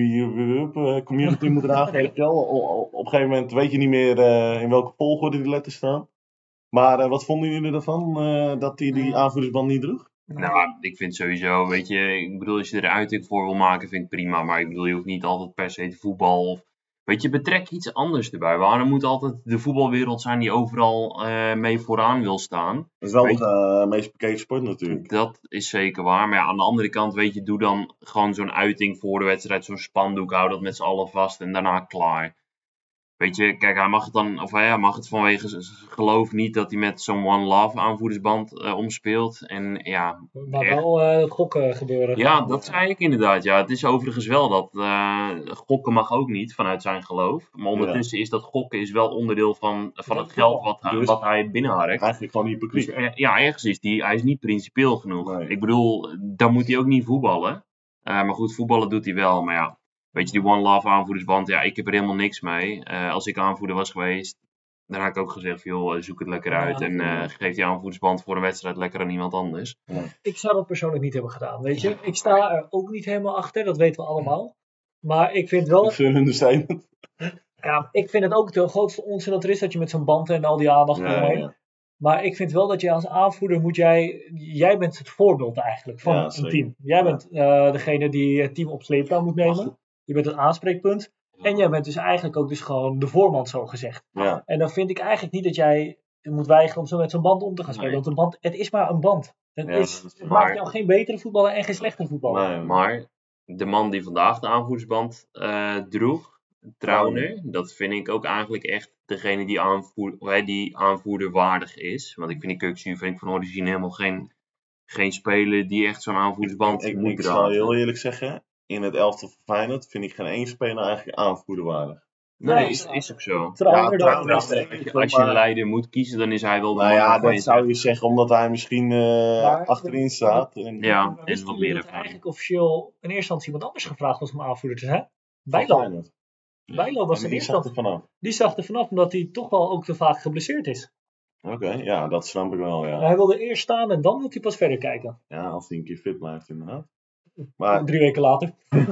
uh, community moeten dragen. Weet je wel. Op, op een gegeven moment weet je niet meer uh, in welke volgorde die letters staan. Maar uh, wat vonden jullie ervan? Uh, dat hij die, die aanvoerdersband niet droeg? Nou, ik vind sowieso, weet je, ik bedoel, als je er een uiting voor wil maken, vind ik prima. Maar ik bedoel, je hoeft niet altijd per se te voetbal of... Weet je, betrek iets anders erbij. Waarom moet altijd de voetbalwereld zijn die overal uh, mee vooraan wil staan? Dat is wel Weet de uh, meest bekeken sport natuurlijk. Dat is zeker waar. Maar ja, aan de andere kant, weet je, doe dan gewoon zo'n uiting voor de wedstrijd, zo'n spandoek, hou dat met z'n allen vast en daarna klaar. Weet je, kijk, hij mag het dan, of hij mag het vanwege zijn geloof niet dat hij met zo'n One Love aanvoerdersband uh, omspeelt. En ja, maar echt. wel uh, gokken gebeuren. Ja, dat zei ik inderdaad. Ja, het is overigens wel dat uh, gokken mag ook niet vanuit zijn geloof. Maar ondertussen ja. is dat gokken is wel onderdeel van, van het geld wat, dus, wat hij binnenharkt. Eigenlijk gewoon hypocriet. Dus, uh, ja, ergens is die, hij is niet principieel genoeg. Nee. Ik bedoel, dan moet hij ook niet voetballen. Uh, maar goed, voetballen doet hij wel. Maar ja. Weet je, die One Love aanvoerdersband, ja, ik heb er helemaal niks mee. Uh, als ik aanvoerder was geweest, dan had ik ook gezegd, joh, zoek het lekker uit. Ja, en uh, geef die aanvoerdersband voor de wedstrijd lekker aan iemand anders. Ja. Ik zou dat persoonlijk niet hebben gedaan, weet je. Ik sta er ook niet helemaal achter, dat weten we allemaal. Maar ik vind wel... Dat is een understatement. Ja, ik vind het ook de grootste onzin dat er is, dat je met zo'n band en al die aandacht ja, eromheen. Ja. Maar ik vind wel dat je als aanvoerder moet jij... Jij bent het voorbeeld eigenlijk van ja, een zeker. team. Jij ja. bent uh, degene die het team op sleeptouw moet nemen. Ach. Je bent het aanspreekpunt. En jij bent dus eigenlijk ook dus gewoon de voorman, zo gezegd. Ja. En dan vind ik eigenlijk niet dat jij moet weigeren om zo met zo'n band om te gaan spelen. Nee. Want een band, het is maar een band. Het, ja, is, het maar... maakt jou geen betere voetballer en geen slechtere voetballer. Nee, maar de man die vandaag de aanvoerdersband uh, droeg, Trauner, ja. dat vind ik ook eigenlijk echt degene die, aanvoer, die aanvoerderwaardig is. Want ik vind die Kukçu vind ik van origine helemaal geen, geen speler die echt zo'n aanvoerdersband ik, ik, moet ik dragen. Ik zal heel eerlijk zeggen, in het elftal van Feyenoord vind ik geen één speler eigenlijk aanvoerderwaardig. Nee, nee is, is ook zo. Trauner, ja, Trauner, als, je, als je een leider moet kiezen, dan is hij wel de nou man. Ja, dat zou je zeggen, omdat hij misschien uh, maar, achterin staat. En, ja, is wat meer dat er eigenlijk officieel in eerste instantie iemand anders gevraagd was om aanvoerder te zijn. Bijlo. Bijlo was in eerste instantie. Die zag er vanaf, omdat hij toch wel ook te vaak geblesseerd is. Oké, okay, ja, dat snap ik wel, ja. Hij wilde eerst staan en dan wil hij pas verder kijken. Ja, als hij een keer fit blijft, inderdaad. Maar... Drie weken later.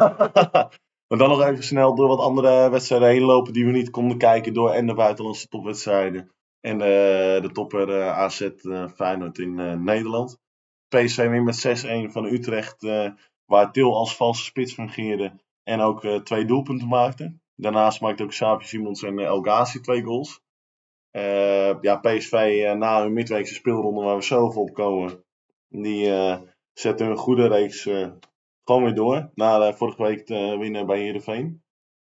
Maar dan nog even snel door wat andere wedstrijden heen lopen die we niet konden kijken door en de buitenlandse topwedstrijden. En uh, de topper uh, A Z uh, Feyenoord in uh, Nederland. P S V wint met zes-een van Utrecht, uh, waar Til als valse spits fungeerde en ook uh, twee doelpunten maakte. Daarnaast maakte ook Xavi Simons en uh, El Ghazi twee goals. Uh, ja, P S V uh, na hun midweekse speelronde waar we zoveel op komen, die uh, zetten een goede reeks uh, gewoon weer door. Na uh, vorige week te winnen bij Heerenveen.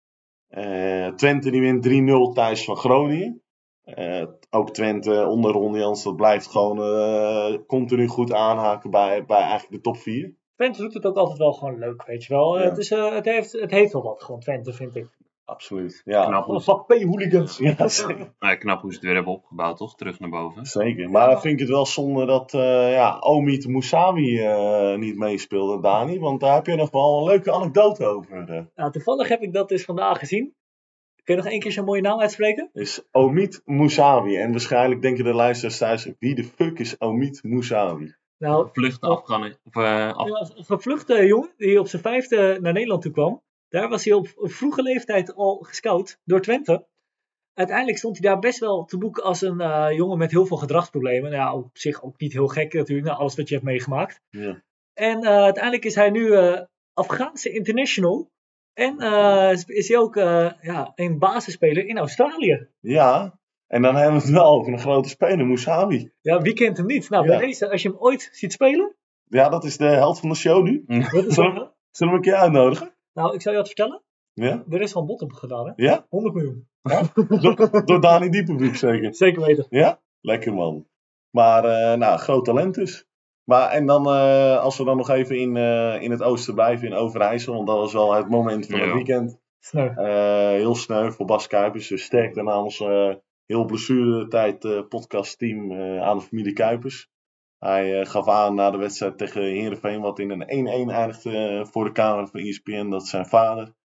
Uh, Twente die wint drie nul thuis van Groningen. Uh, ook Twente onder Ron Jans, dat blijft gewoon uh, continu goed aanhaken bij, bij eigenlijk de top vier. Twente doet het ook altijd wel gewoon leuk, weet je wel. Ja. Het, is, uh, het, heeft, het heeft wel wat gewoon, Twente, vind ik. Absoluut, ja. Knap hoe ze... P-hooligans. Ja, ja, knap hoe ze het weer hebben opgebouwd, toch? Terug naar boven. Zeker, maar dan vind ik het wel zonde dat uh, ja, Omid Moussaoui uh, niet meespeelde, Dani. Want daar heb je nog wel een leuke anekdote over. Uh. Nou, toevallig heb ik dat dus vandaag gezien. Kun je nog één keer zo'n mooie naam uitspreken? Is Omid Moussaoui. En waarschijnlijk denken de luisteraars thuis, wie de fuck is Omid Moussaoui? Nou, vluchten Afghanen. Of, uh, af... ja, een gevluchte jongen die op zijn vijfde naar Nederland toe kwam. Daar was hij op vroege leeftijd al gescout door Twente. Uiteindelijk stond hij daar best wel te boek als een uh, jongen met heel veel gedragsproblemen. Nou, op zich ook niet heel gek natuurlijk, nou, alles wat je hebt meegemaakt. Ja. En uh, uiteindelijk is hij nu uh, Afghaanse international. En uh, is hij ook uh, ja, een basisspeler in Australië. Ja, en dan hebben we het wel over een grote speler, Moussaoui. Ja, wie kent hem niet? Nou, ja. Bij deze, als je hem ooit ziet spelen. Ja, dat is de held van de show nu. Zullen, zullen we hem een keer uitnodigen? Nou, ik zal je wat vertellen. Ja? Er is van Bottom gedaan, hè? Ja? honderd miljoen. Ja? door, door Dani Diepenbroek zeker? Zeker weten. Ja? Lekker man. Maar, uh, nou, groot talent dus. Maar, en dan, uh, als we dan nog even in, uh, in het oosten blijven, in Overijssel, want dat was wel het moment van ja. het weekend. Sneu. Uh, heel sneu voor Bas Kuipers. Dus sterkte namens uh, heel blessuretijd uh, podcastteam uh, aan de familie Kuipers. Hij uh, gaf aan na de wedstrijd tegen Heerenveen, wat in een één-één eindigde uh, voor de camera van E S P N, dat zijn vader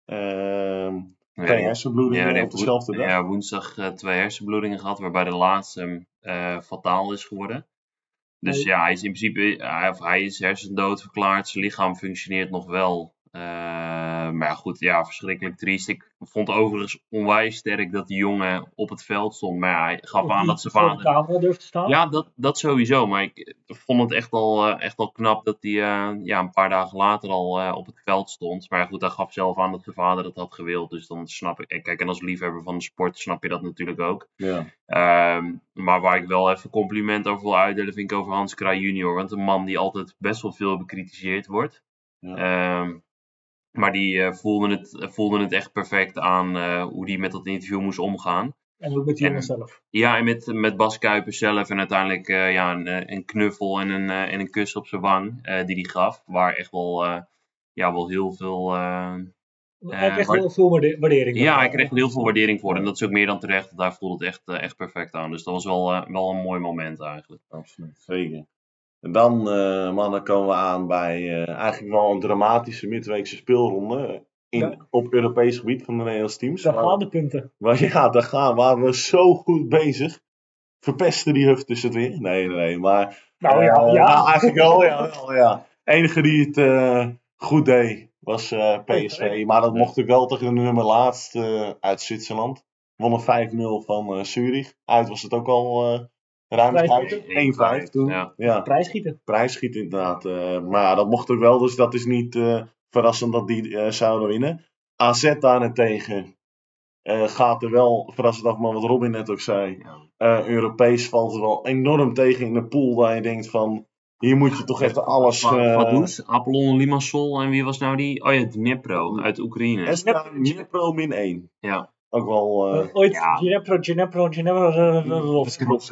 Ehm, Ja, twee die- hersenbloedingen ja, die op heeft dezelfde wo- dag. ja, woensdag eh, twee hersenbloedingen gehad, waarbij de laatste eh, fataal is geworden. Dus Nee. ja, hij is in principe hij, of hij is hersendood verklaard. Zijn lichaam functioneert nog wel. Eh, maar ja, goed, ja, verschrikkelijk triest. Ik vond overigens onwijs sterk dat die jongen op het veld stond. Maar ja, hij gaf aan dat zijn voor de vader... camera durft te staan. Ja, dat, dat sowieso. Maar ik vond het echt al, eh, echt al knap dat hij eh, ja, een paar dagen later al eh, op het veld stond. Maar ja, goed, hij gaf zelf aan dat zijn vader dat had gewild. Dus dan snap ik... En kijk, en als liefhebber van de sport snap je dat natuurlijk ook. Ja. Ehm, maar waar ik wel even compliment over wil uitdelen, vind ik over Hans Kraaij junior. Want een man die altijd best wel veel bekritiseerd wordt. Ja. Ehm, maar die eh, voelde, het, voelde het echt perfect aan eh, hoe die met dat interview moest omgaan. En ook met die jongen En- zelf. Ja, en met, met Bas Kuipers zelf en uiteindelijk eh, ja, een, eh, een knuffel en een, eh, en een kus op zijn wang eh, die hij gaf. Waar echt wel, eh, ja, wel heel veel... eh, Hij kreeg maar- wel veel waarde- waardering. ja, hij daarvoor. kreeg er heel veel waardering voor. En dat is ook meer dan terecht. Want hij voelde het echt, eh, echt perfect aan. Dus dat was wel, eh, wel een mooi moment eigenlijk. Absoluut, zeker. En dan, eh mannen, komen we aan bij eh, eigenlijk wel een dramatische midweekse speelronde. In, Ja. Op Europees gebied van de Nederlandse teams. Daar Maar- gaan de punten. Maar ja, daar gaan waren we zo goed bezig. Verpesten die Huftes het weer? Nee, nee, nee. Maar Nou ja, eh, ja. nou, eigenlijk wel, ja, wel, ja. De enige die het eh, goed deed was eh, P S V. Maar dat mocht ook wel tegen de nummer laatst eh, uit Zwitserland. Wonnen vijf nul van eh, Zurich. Uit was het ook al eh ruim Vijf uit. punten. één vijf toen. Ja. Ja, Prijsschieten. prijsschiet inderdaad. eh, maar ja, dat mocht ook wel, dus dat is niet eh, verrassend dat die eh, zouden winnen. A Z daarentegen eh, gaat er wel, verrassend af, maar wat Robin net ook zei. Ja. eh, Europees valt er wel enorm tegen in de pool, waar je denkt van, hier moet je toch even alles... Va- eh Vaduz, Apollon Limassol en wie was nou die? Oh ja, Dnipro uit Oekraïne. Estra Dnipro min één. Ja. Ook wel... eh, Uh, ooit ja. Ginepro, Ginepro, Ginepro.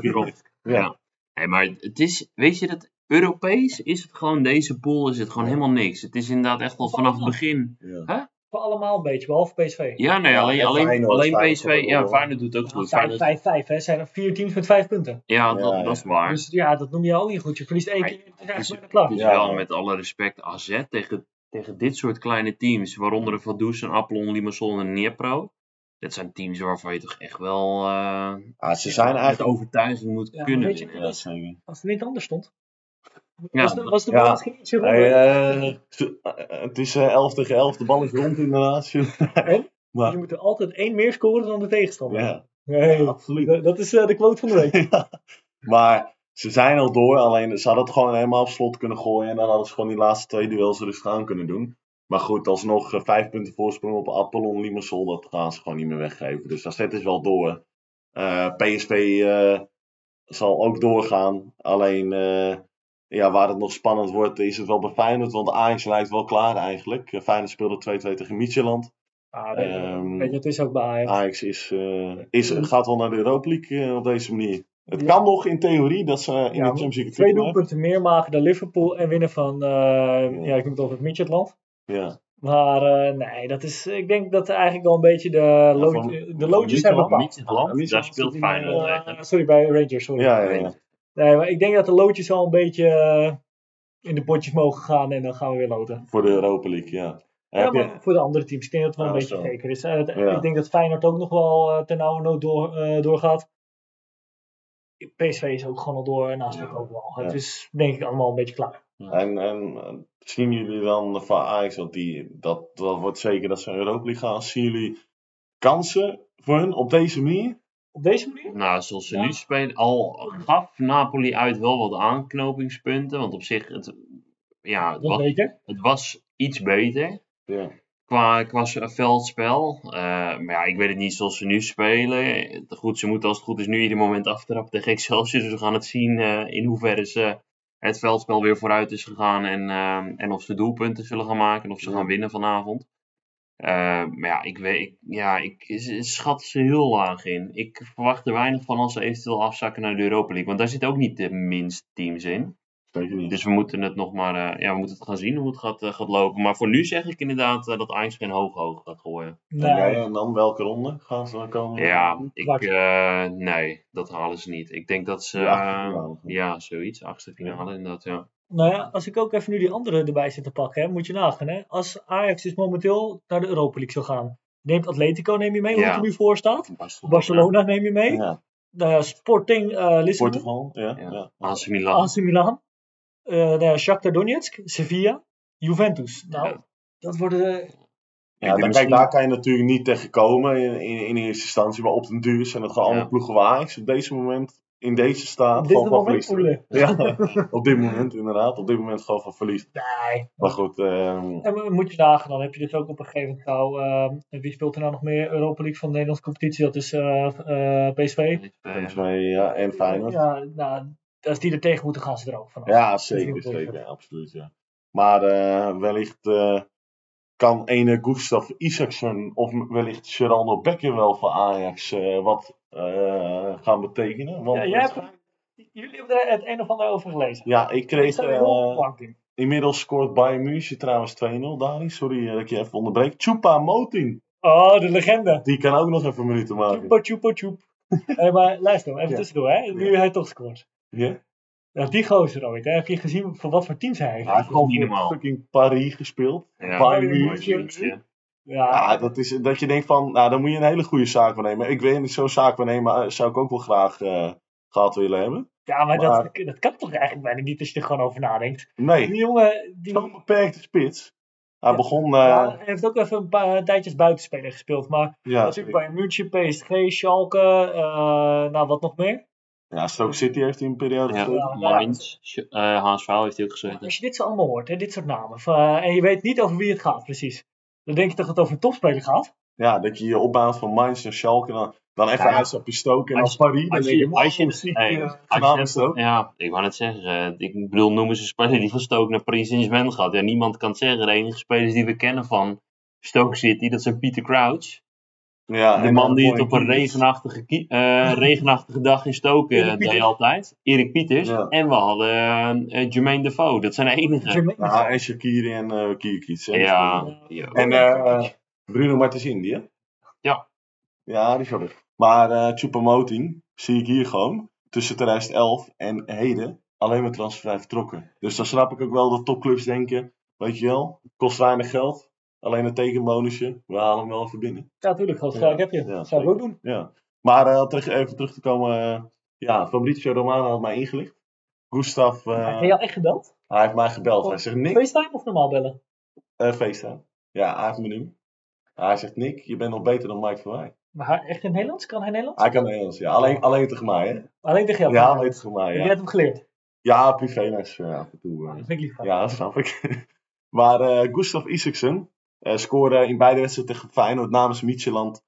ja. Nee, maar het is, weet je dat, Europees is het gewoon, deze pool is het gewoon Ja. helemaal niks. Het is inderdaad echt al vanaf het begin. ja. Voor allemaal een beetje, behalve P S V. Ja, nee, Ja, alleen, en alleen, Feyenoord, alleen Feyenoord P S komt ook V, ja, wel. Feyenoord doet ook goed. vijf Feyenoord, vijf vijf, hè. Zijn er vier teams met vijf punten. ja, dat, Ja, dat is ja. waar. Dus ja, dat noem je al niet goed. Je verliest één Maar keer, het is Het is, eigenlijk bijna het klaar. is Ja. wel met alle respect A Z tegen, tegen dit soort kleine teams, waaronder de Vaduz en Apollon Limassol en Dnipro. Dat zijn teams waarvan je toch echt wel eh, Ah, ze zijn met eigenlijk... overtuiging moet Ja, maar kunnen weet je- winnen. Ja, zeker. Als het niet anders stond. Ja, was de, was de ja. bal misschien ietsje Hey, ronder. eh, ze- eh, het is eh, elf tegen elf, de bal is rond inderdaad. En? Maar, Je moet er altijd één meer scoren dan de tegenstander. ja. Nee, absoluut. dat- dat is eh, de quote van de week. Ja. Maar ze zijn al door, alleen ze hadden het gewoon helemaal op slot kunnen gooien. En dan hadden ze gewoon die laatste twee duels rustig aan kunnen doen. Maar goed, alsnog eh, vijf punten voorsprong op Apollon Limassol, dat gaan ze gewoon niet meer weggeven. Dus dat is wel door. Eh, P S V eh, zal ook doorgaan. Alleen eh, ja, waar het nog spannend wordt, is het wel bij Feyenoord. Want Ajax lijkt wel klaar eigenlijk. Eh, Feyenoord speelde twee twee tegen Midtjylland. Ah, weet, je, Ehm, weet je, het is ook bij Ajax. Ajax is, eh, is, gaat wel naar de Europa League eh, op deze manier. Het Ja. kan nog in theorie dat ze in Ja, de Champions League Twee blijven. doelpunten meer maken dan Liverpool en winnen van, eh, ja, ik noem het altijd Midtjylland. Ja. Maar eh, nee, dat is, ik denk dat eigenlijk al een beetje de, lood, van- de van loodjes zijn Midtjylland, bepaald. Midtjylland, Ja, Midtjylland daar speelt zit in, Feyenoord Eh, tegen. sorry, bij Rangers, sorry. Ja, ja, ja. Nee, maar ik denk dat de loodjes al een beetje eh, in de potjes mogen gaan en dan gaan we weer loten. Voor de Europa League, ja. Ja, Heb je, maar voor de andere teams, ik denk dat het wel Ja, een beetje zo. zeker is. Eh, het- Ja. Ik denk dat Feyenoord ook nog wel uh, ten nauwe nood door, eh, doorgaat. P S V is ook gewoon al door en naast ook wel. Het Ja. is denk ik allemaal een beetje klaar. en, en eh, zien jullie dan van Ajax, want die, dat, dat wordt zeker dat ze naar Europa League gaan. Zien jullie kansen voor hun op deze manier? Op deze manier? Nou, zoals ze Ja. nu spelen, al gaf Napoli uit wel wat aanknopingspunten. Want op zich, het, ja, het, Dat was, zeker. het was iets beter Ja. qua, qua veldspel. Eh, maar ja, ik weet het niet zoals ze nu spelen. Goed, ze moeten als het goed is nu ieder moment aftrappen tegen Excelsior. Dus we gaan het zien eh, in hoeverre ze het veldspel weer vooruit is gegaan. En, eh, en of ze doelpunten zullen gaan maken. En of ze gaan winnen vanavond. Uh, maar ja, ik, weet, ik, ja, ik schat ze heel laag in. Ik verwacht er weinig van als ze eventueel afzakken naar de Europa League. Want daar zitten ook niet de minste teams in. Zeker niet. Dus we moeten het nog maar, uh, ja, we moeten het gaan zien hoe het gaat, uh, gaat lopen. Maar voor nu zeg ik inderdaad uh, dat Ajax geen hoog hoog gaat gooien. Nee. En, jij, en dan welke ronde gaan ze dan komen? Ja, ik, Kwart. uh, nee, dat halen ze niet. Ik denk dat ze, De achtste finale. ja, zoiets, achtste finale inderdaad, ja. Nou ja, als ik ook even nu die andere erbij zit te pakken, hè, moet je nagaan. Hè? Als Ajax dus momenteel naar de Europa League zou gaan, neemt Atletico neem je mee, hoe Ja. het er nu voor staat. Barcelona. Barcelona neem je mee. Ja. Nou ja, Sporting eh Lissabon, Portugal, ja. Ja. ja. A C Milan. A C Milan, eh nou ja, Shakhtar Donetsk, Sevilla, Juventus. Nou, Ja. dat worden de... Ja, Heb je daar, kijk, misschien- daar kan je natuurlijk niet tegen komen in, in, in eerste instantie, maar op den duur zijn het gewoon Ja. allemaal ploegen waar Ajax op deze moment, in deze staat, Op dit gewoon van moment verliest. voelen. Ja, op dit moment inderdaad, op dit moment gewoon van verliest. Nee. Maar goed, ehm, En mo- moet je nagaan, dan heb je dus ook op een gegeven moment nou, ehm, wie speelt er nou nog meer Europa League van de Nederlandse competitie? Dat is eh eh, P S V. volgens mij, ja, en Feyenoord. Ja, Ja, nou, als die er tegen moeten gaan ze er ook vanaf. zeker, Dus die zeker, moeten- absoluut, ja. Maar eh, wellicht eh, kan ene Gustav Isaacson of wellicht Geraldo Becker wel voor Ajax eh, wat eh, gaan betekenen. Want, Ja, jij hebt, jullie hebben er het een of ander over gelezen. ja, ik Ik kreeg... sta er heel eh, bang in. Inmiddels scoort Bayern München trouwens twee nul, Dani. Sorry eh, dat ik je even onderbreek. Chupa Moting, Oh, de legende. die kan ook nog even minuten maken. Tjoepa, tjoepa, tjoep. Hey, maar luister, even Ja. tussendoor, hè. Nu hij toch scoort. Ja? Ja, die gozer ooit, hè. Heb je gezien voor wat voor teams hij Hij heeft? heeft gewoon niet voor normaal. fucking Paris gespeeld. Ja, Bayern Bayern München. München. Ja, Ja, dat is dat je denkt van, nou dan moet je een hele goede zaak nemen. Ik weet niet, zo'n zaak nemen zou ik ook wel graag eh, gehad willen hebben. ja maar, Maar- dat, dat kan toch eigenlijk bijna niet als je er gewoon over nadenkt. Die Nee, jongen, die... zo'n beperkte spits. Hij Ja. begon, eh, Ja, ja, hij heeft ook even een paar tijdjes buitenspeler gespeeld. Maar natuurlijk zeker. bij München, P S G, Schalke, eh, nou wat nog meer. Ja, Stoke City heeft hij een periode Ja. gespeeld. Ja, nou ja, Mainz, uh, H S V heeft hij ook gezeten. als je dit zo allemaal hoort, hè, dit soort namen, van, eh, en je weet niet over wie het gaat precies. Dan denk je toch dat het over een topspeler gaat? Ja, dat je je opbouwt van Mainz naar Schalke, dan, dan even Ja, uitstapje Stoke en als dan Paris. Dan als denk je- je, als je- wow, ziek hey, eh, als je gedaan hebt- is het ook. Ja, ik wou net zeggen. eh, Ik bedoel, noemen ze een speler die van Stoke naar Paris Saint-Germain gaat. Ja, niemand kan het zeggen. De enige spelers die we kennen van Stoke City, dat zijn Peter Crouch. Ja, De en man dan die het Boy op een Keys. regenachtige, kie- eh, regenachtige dag in Stoke Erik eh, deed Pieters. altijd. Erik Pieters. Ja. En we hadden eh, eh, Jermaine Defoe. Dat zijn de enige. Jermaine Ja, en Shaqiri en uh, Kierkies. hè. Ja, ja. En eh Bruno Martensindi, hè? Ja. Ja, die is wel weg. Maar eh Choupo-Moting zie ik hier gewoon tussen twintig elf en heden alleen maar transfervrij vertrokken. Dus dan snap ik ook wel dat topclubs denken, weet je wel, kost weinig geld, alleen een tekenbonusje, we halen hem wel even binnen. Ja, natuurlijk, groot Ja, gelijk heb je. ja, Zou ik ook doen. Ja. Maar eh, terug, even terug te komen, eh, ja, Fabrizio Romano had mij ingelicht. Gustav, eh, Heb je jou echt gebeld? hij heeft mij gebeld. Hij zegt, Nick, FaceTime of normaal bellen? uh, FaceTime. Ja, hij heeft mijn nummer. Hij zegt, Nick, je bent nog beter dan Mike van Wij. Maar hij, echt in Nederlands? Kan hij Nederlands? Hij kan Nederlands, ja. Alleen, alleen tegen mij, hè? Alleen tegen jou? Ja, alleen tegen mij, Heb jij ja. het hem geleerd? Ja, privéles, ja, af en toe. Dat eh. vind ik lief van. Ja, dat snap ik. Maar eh Gustav Isaacson eh, scoorde in beide wedstrijden tegen Feyenoord namens Midtjylland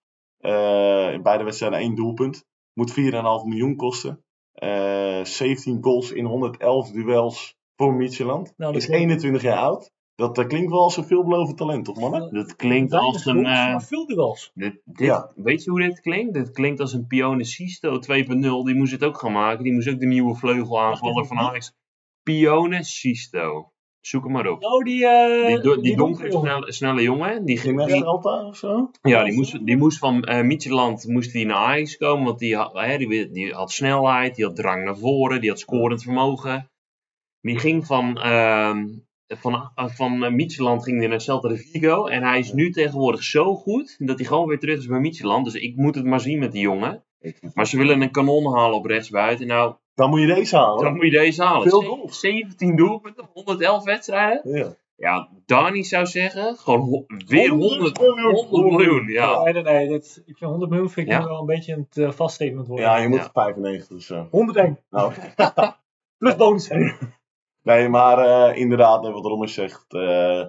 eh in beide wedstrijden één doelpunt. Moet vier komma vijf miljoen kosten. Eh zeventien goals in honderdelf duels voor Midtjylland. Nou, dat Is klinkt- eenentwintig jaar oud. Dat eh, klinkt wel als een veelbelovend talent, toch mannen? Dat klinkt Weinig als een. goals, eh, maar veel duels. dit, dit, Ja. Weet je hoe dit klinkt? Dit klinkt als een Pione Sisto twee punt nul. Die moest het ook gaan maken. Die moest ook de nieuwe vleugelaanvaller van Ajax. Pione Sisto. Zoek hem maar op. Oh, die, eh Die, do- die donkere, jongen. snelle, snelle jongen. Die, In die, Alta of zo? ja, die moest, die moest van uh, Midtjylland moest die naar Ajax komen. Want die had, hè, die, die had snelheid, die had drang naar voren, die had scorend vermogen. Die ging van, ehm van, uh, van uh, Midtjylland ging die naar Celta de Vigo. En hij is nu tegenwoordig zo goed dat hij gewoon weer terug is bij Midtjylland. Dus ik moet het maar zien met die jongen. Maar ze willen een kanon halen op rechtsbuiten. Nou, Dan moet je deze halen. dan moet je deze halen. Veel Ze- goals. zeventien doelpunten, honderdelf wedstrijden. Ja. Ja, Dani zou zeggen, gewoon ho- weer honderd, miljoen. honderd miljoen. Ja. Nee, nee, nee. Dat, ik vind honderd miljoen vind ik Ja. nu wel een beetje een te vast statement worden. Ja, je moet Ja. vijfennegentig of zo. honderdéén. Nou, Plus bonus. nee, maar eh, inderdaad, wat Rommel zegt. eh,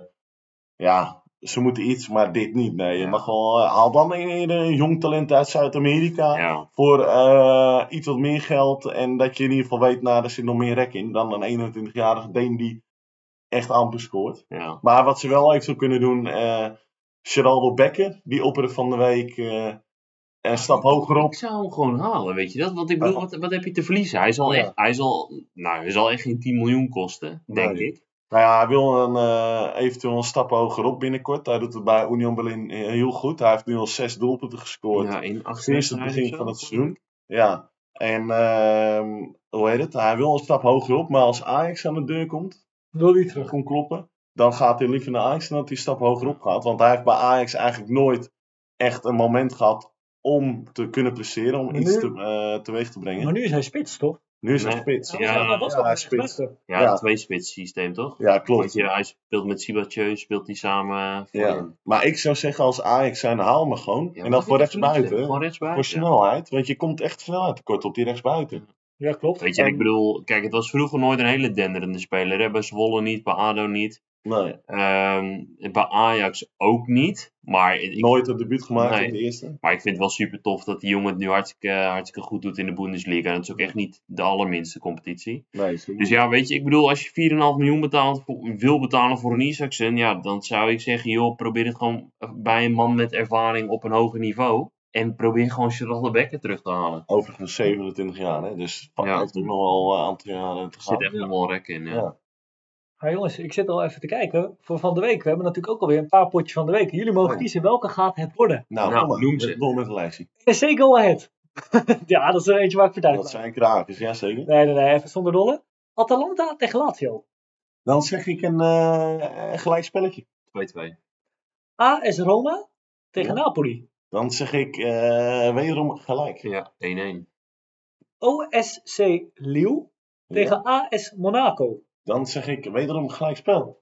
ja, ze moeten iets, maar dit niet. Nee, je Ja. mag wel. eh, haal dan een, een jong talent uit Zuid-Amerika. Ja. Voor eh, iets wat meer geld. En dat je in ieder geval weet, nou, er zit nog meer rek in. Dan een eenentwintigjarige Deen die echt amper scoort. Ja. Maar wat ze wel even kunnen doen. eh Geraldo Becker, die opperde van de week. eh, een stap hoger op. Ik zou hem gewoon halen, weet je dat? Want ik bedoel, wat, wat heb je te verliezen? Hij zal, Ja. echt, hij, zal, nou, hij zal echt geen tien miljoen kosten, denk Nee. ik. Nou ja, hij wil een, eh, eventueel een stap hoger op binnenkort. Hij doet het bij Union Berlin eh, heel goed. Hij heeft nu al zes doelpunten gescoord. Ja, in acht Sinds het wedstrijden begin of van zo. het seizoen. Ja. En ehm, hoe heet het? Hij wil een stap hoger op, maar als Ajax aan de deur komt, Wil hij terug? kon kloppen, dan gaat hij liever naar Ajax dan dat hij een stap hoger op gaat. Want hij heeft bij Ajax eigenlijk nooit echt een moment gehad om te kunnen presteren, om Maar iets nu- te, eh, teweeg te brengen. Maar nu is hij spits, toch? Nu is hij Nee. spits. Ja, Ja, dat was ja, al hij een is spits. spits. Ja, Ja. een twee-spits systeem toch? Ja, klopt. Want je, hij speelt met Sibatje, speelt hij samen Ja. voorin. Maar ik zou zeggen, als Ajax zijn, haal me gewoon. Ja, en dan wat voor wil je rechtsbuiten. verliezen? Gewoon Voor rechtsbuiten. snelheid. Want je komt echt snelheid tekort op die rechtsbuiten. Ja, klopt. Weet je, en En- ik bedoel, kijk, het was vroeger nooit een hele denderende speler. Hè? Bij Zwolle niet, bij ADO niet. Nee, Ehm, bij Ajax ook niet. Maar ik, nooit een debuut gemaakt Nee. in de eerste. maar ik vind het wel super tof dat die jongen het nu hartstikke, hartstikke goed doet in de Bundesliga. En het is ook echt niet de allerminste competitie. Nee, zeker Dus ja, weet je, ik bedoel, als je vier komma vijf miljoen betaalt voor, wil betalen voor een Isaacson, ja, dan zou ik zeggen, joh, probeer het gewoon bij een man met ervaring op een hoger niveau. En probeer gewoon Charlotte Becker terug te halen. Overigens zevenentwintig jaar, hè? Dus hij Ja. heeft ook nog wel een aantal jaren te Er gaan. zit echt Ja. nog wel rek in. Ja. Ja. Maar jongens, ik zit al even te kijken voor van de week. We hebben natuurlijk ook alweer een paar potjes van de week. Jullie mogen Oh. kiezen welke gaat het worden. Nou, Nou, kom maar. noem ze. Door met de lijstje. S C Go Ahead. Ja, dat is er eentje waar ik voor Dat duidelijk zijn krakers, ja zeker. Nee, nee, nee, even zonder dolle. Atalanta tegen Lazio. Dan zeg ik een eh gelijk spelletje. twee-twee. A S Roma tegen Ja. Napoli. Dan zeg ik eh, wederom gelijk. Ja, één-één. O S C Lille tegen A S Monaco. Dan zeg ik wederom gelijk spel.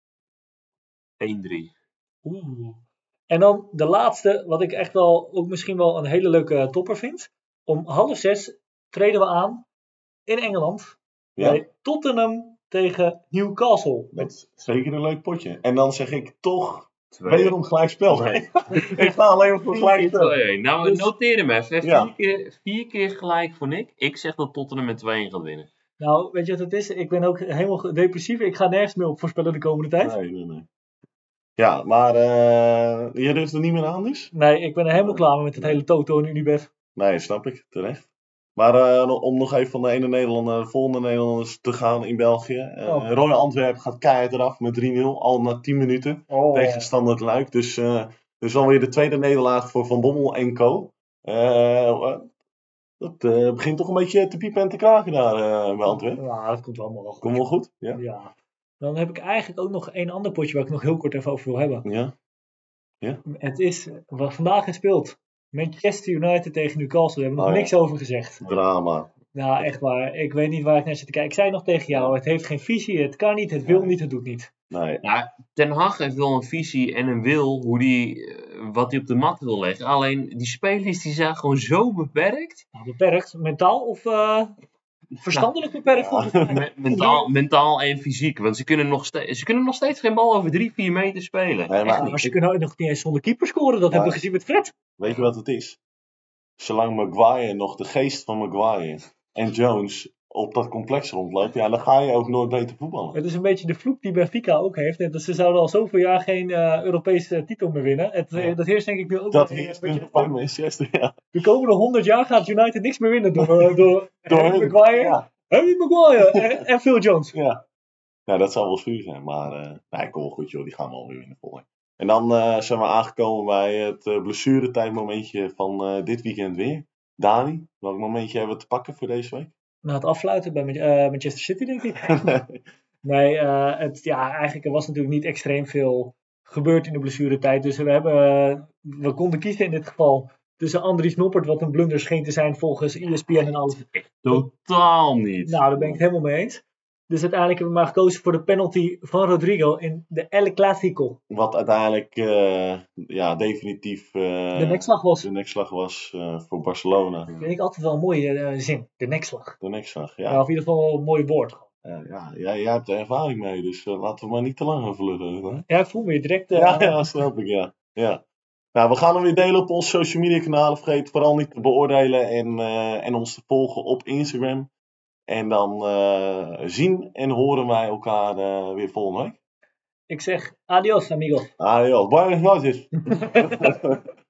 één-drie. Oeh. En dan de laatste, wat ik echt wel ook misschien wel een hele leuke topper vind. Om half zes treden we aan in Engeland Ja, bij Tottenham tegen Newcastle. dat is zeker een leuk potje. En dan zeg ik toch twee. wederom gelijk spel. Nee. Ik ga alleen maar voor gelijk spel. twee-één. Nou, Dus- noteer hem even. Ja. Vier, keer, vier keer gelijk voor Nick. Ik zeg dat Tottenham met twee-één gaat winnen. Nou, weet je wat het is? Ik ben ook helemaal depressief. Ik ga nergens meer op voorspellen de komende tijd. Nee, nee, nee. Ja, maar eh je durft er niet meer aan dus? Nee, ik ben er helemaal klaar mee met het hele Toto en Unibet. Nee, snap ik. Terecht. Maar eh, om nog even van de ene Nederlander naar de volgende Nederlanders te gaan in België. Eh Oh. Royal Antwerpen gaat keihard eraf met drie nul. Al na tien minuten. Oh. Tegen Standard Luik. Dus, eh dus alweer de tweede nederlaag voor Van Bommel en co. Eh, dat eh, begint toch een beetje te piepen en te kraken daar eh, bij Antwerpen. Ja, dat komt wel allemaal wel goed. Komt wel goed? Ja. Ja. Dan heb ik eigenlijk ook nog één ander potje waar ik nog heel kort even over wil hebben. Ja. Het is wat vandaag gespeeld. Manchester United tegen Newcastle. Daar hebben we nog Oh ja. niks over gezegd. Drama. Nou, echt waar. Ik weet niet waar ik naar zit te kijken. Ik zei nog tegen jou, het heeft geen visie, het kan niet, het wil niet, het doet niet. Nee. Ja, Ten Hag heeft wel een visie en een wil hoe die, eh, wat hij op de mat wil leggen. Alleen die spelers die zijn gewoon zo beperkt. Nou, beperkt, mentaal of eh, verstandelijk beperkt? Ja. volgens mij? Me- mentaal, mentaal en fysiek. Want ze kunnen, nog steeds, ze kunnen nog steeds geen bal over drie, vier meter spelen. Nee, Ja, maar maar ze kunnen ook nog niet eens zonder keeper scoren, dat Ja. hebben we gezien met Fred. weet je wat het is? Zolang Maguire nog de geest van Maguire en Jones op dat complex rondloopt, ja, dan ga je ook nooit beter voetballen. Het is een beetje de vloek die Benfica ook heeft. En dat ze zouden al zoveel jaar geen eh, Europese titel meer winnen. Het, eh, Ja. dat heerst denk ik nu ook Dat wel. is Weet je, van Manchester, ja. de komende honderd jaar gaat United niks meer winnen door, eh, door, Door Harry hun. Maguire, Ja, Harry Maguire en, en Phil Jones. ja. Ja, dat zou wel zuur zijn, maar eh nee, kom wel goed joh, die gaan we alweer winnen volgende. En dan eh, zijn we aangekomen bij het uh, blessuretijdmomentje van eh, dit weekend weer. Dani, welk momentje hebben we te pakken voor deze week? Na het afsluiten bij Man- eh, Manchester City denk ik. Nee, eh, het, ja, eigenlijk er was natuurlijk niet extreem veel gebeurd in de blessuretijd. Dus we, hebben, eh, we konden kiezen in dit geval tussen Andries Noppert, wat een blunder scheen te zijn volgens E S P N en alles. Totaal niet. Nou, daar ben ik het helemaal mee eens. Dus uiteindelijk hebben we maar gekozen voor de penalty van Rodrigo in de El Clásico. Wat uiteindelijk eh, ja, definitief eh, De nekslag was, de nekslag was eh, voor Barcelona. vind ik altijd wel een mooie eh, zin. De nekslag. De nekslag, Ja. ja. of in ieder geval een mooi woord. Ja, ja, jij, jij hebt er ervaring mee, dus eh, laten we maar niet te lang over lullen. Hè? Ja, ik voel me hier direct... eh, Ja, ja, snap ik, ja. ja. Nou, we gaan hem weer delen op onze social media kanalen. Vergeet vooral niet te beoordelen en, eh, en ons te volgen op Instagram. En dan eh, zien en horen wij elkaar eh, weer volgende week. Ik zeg adios, amigos. Adios, buenas noches.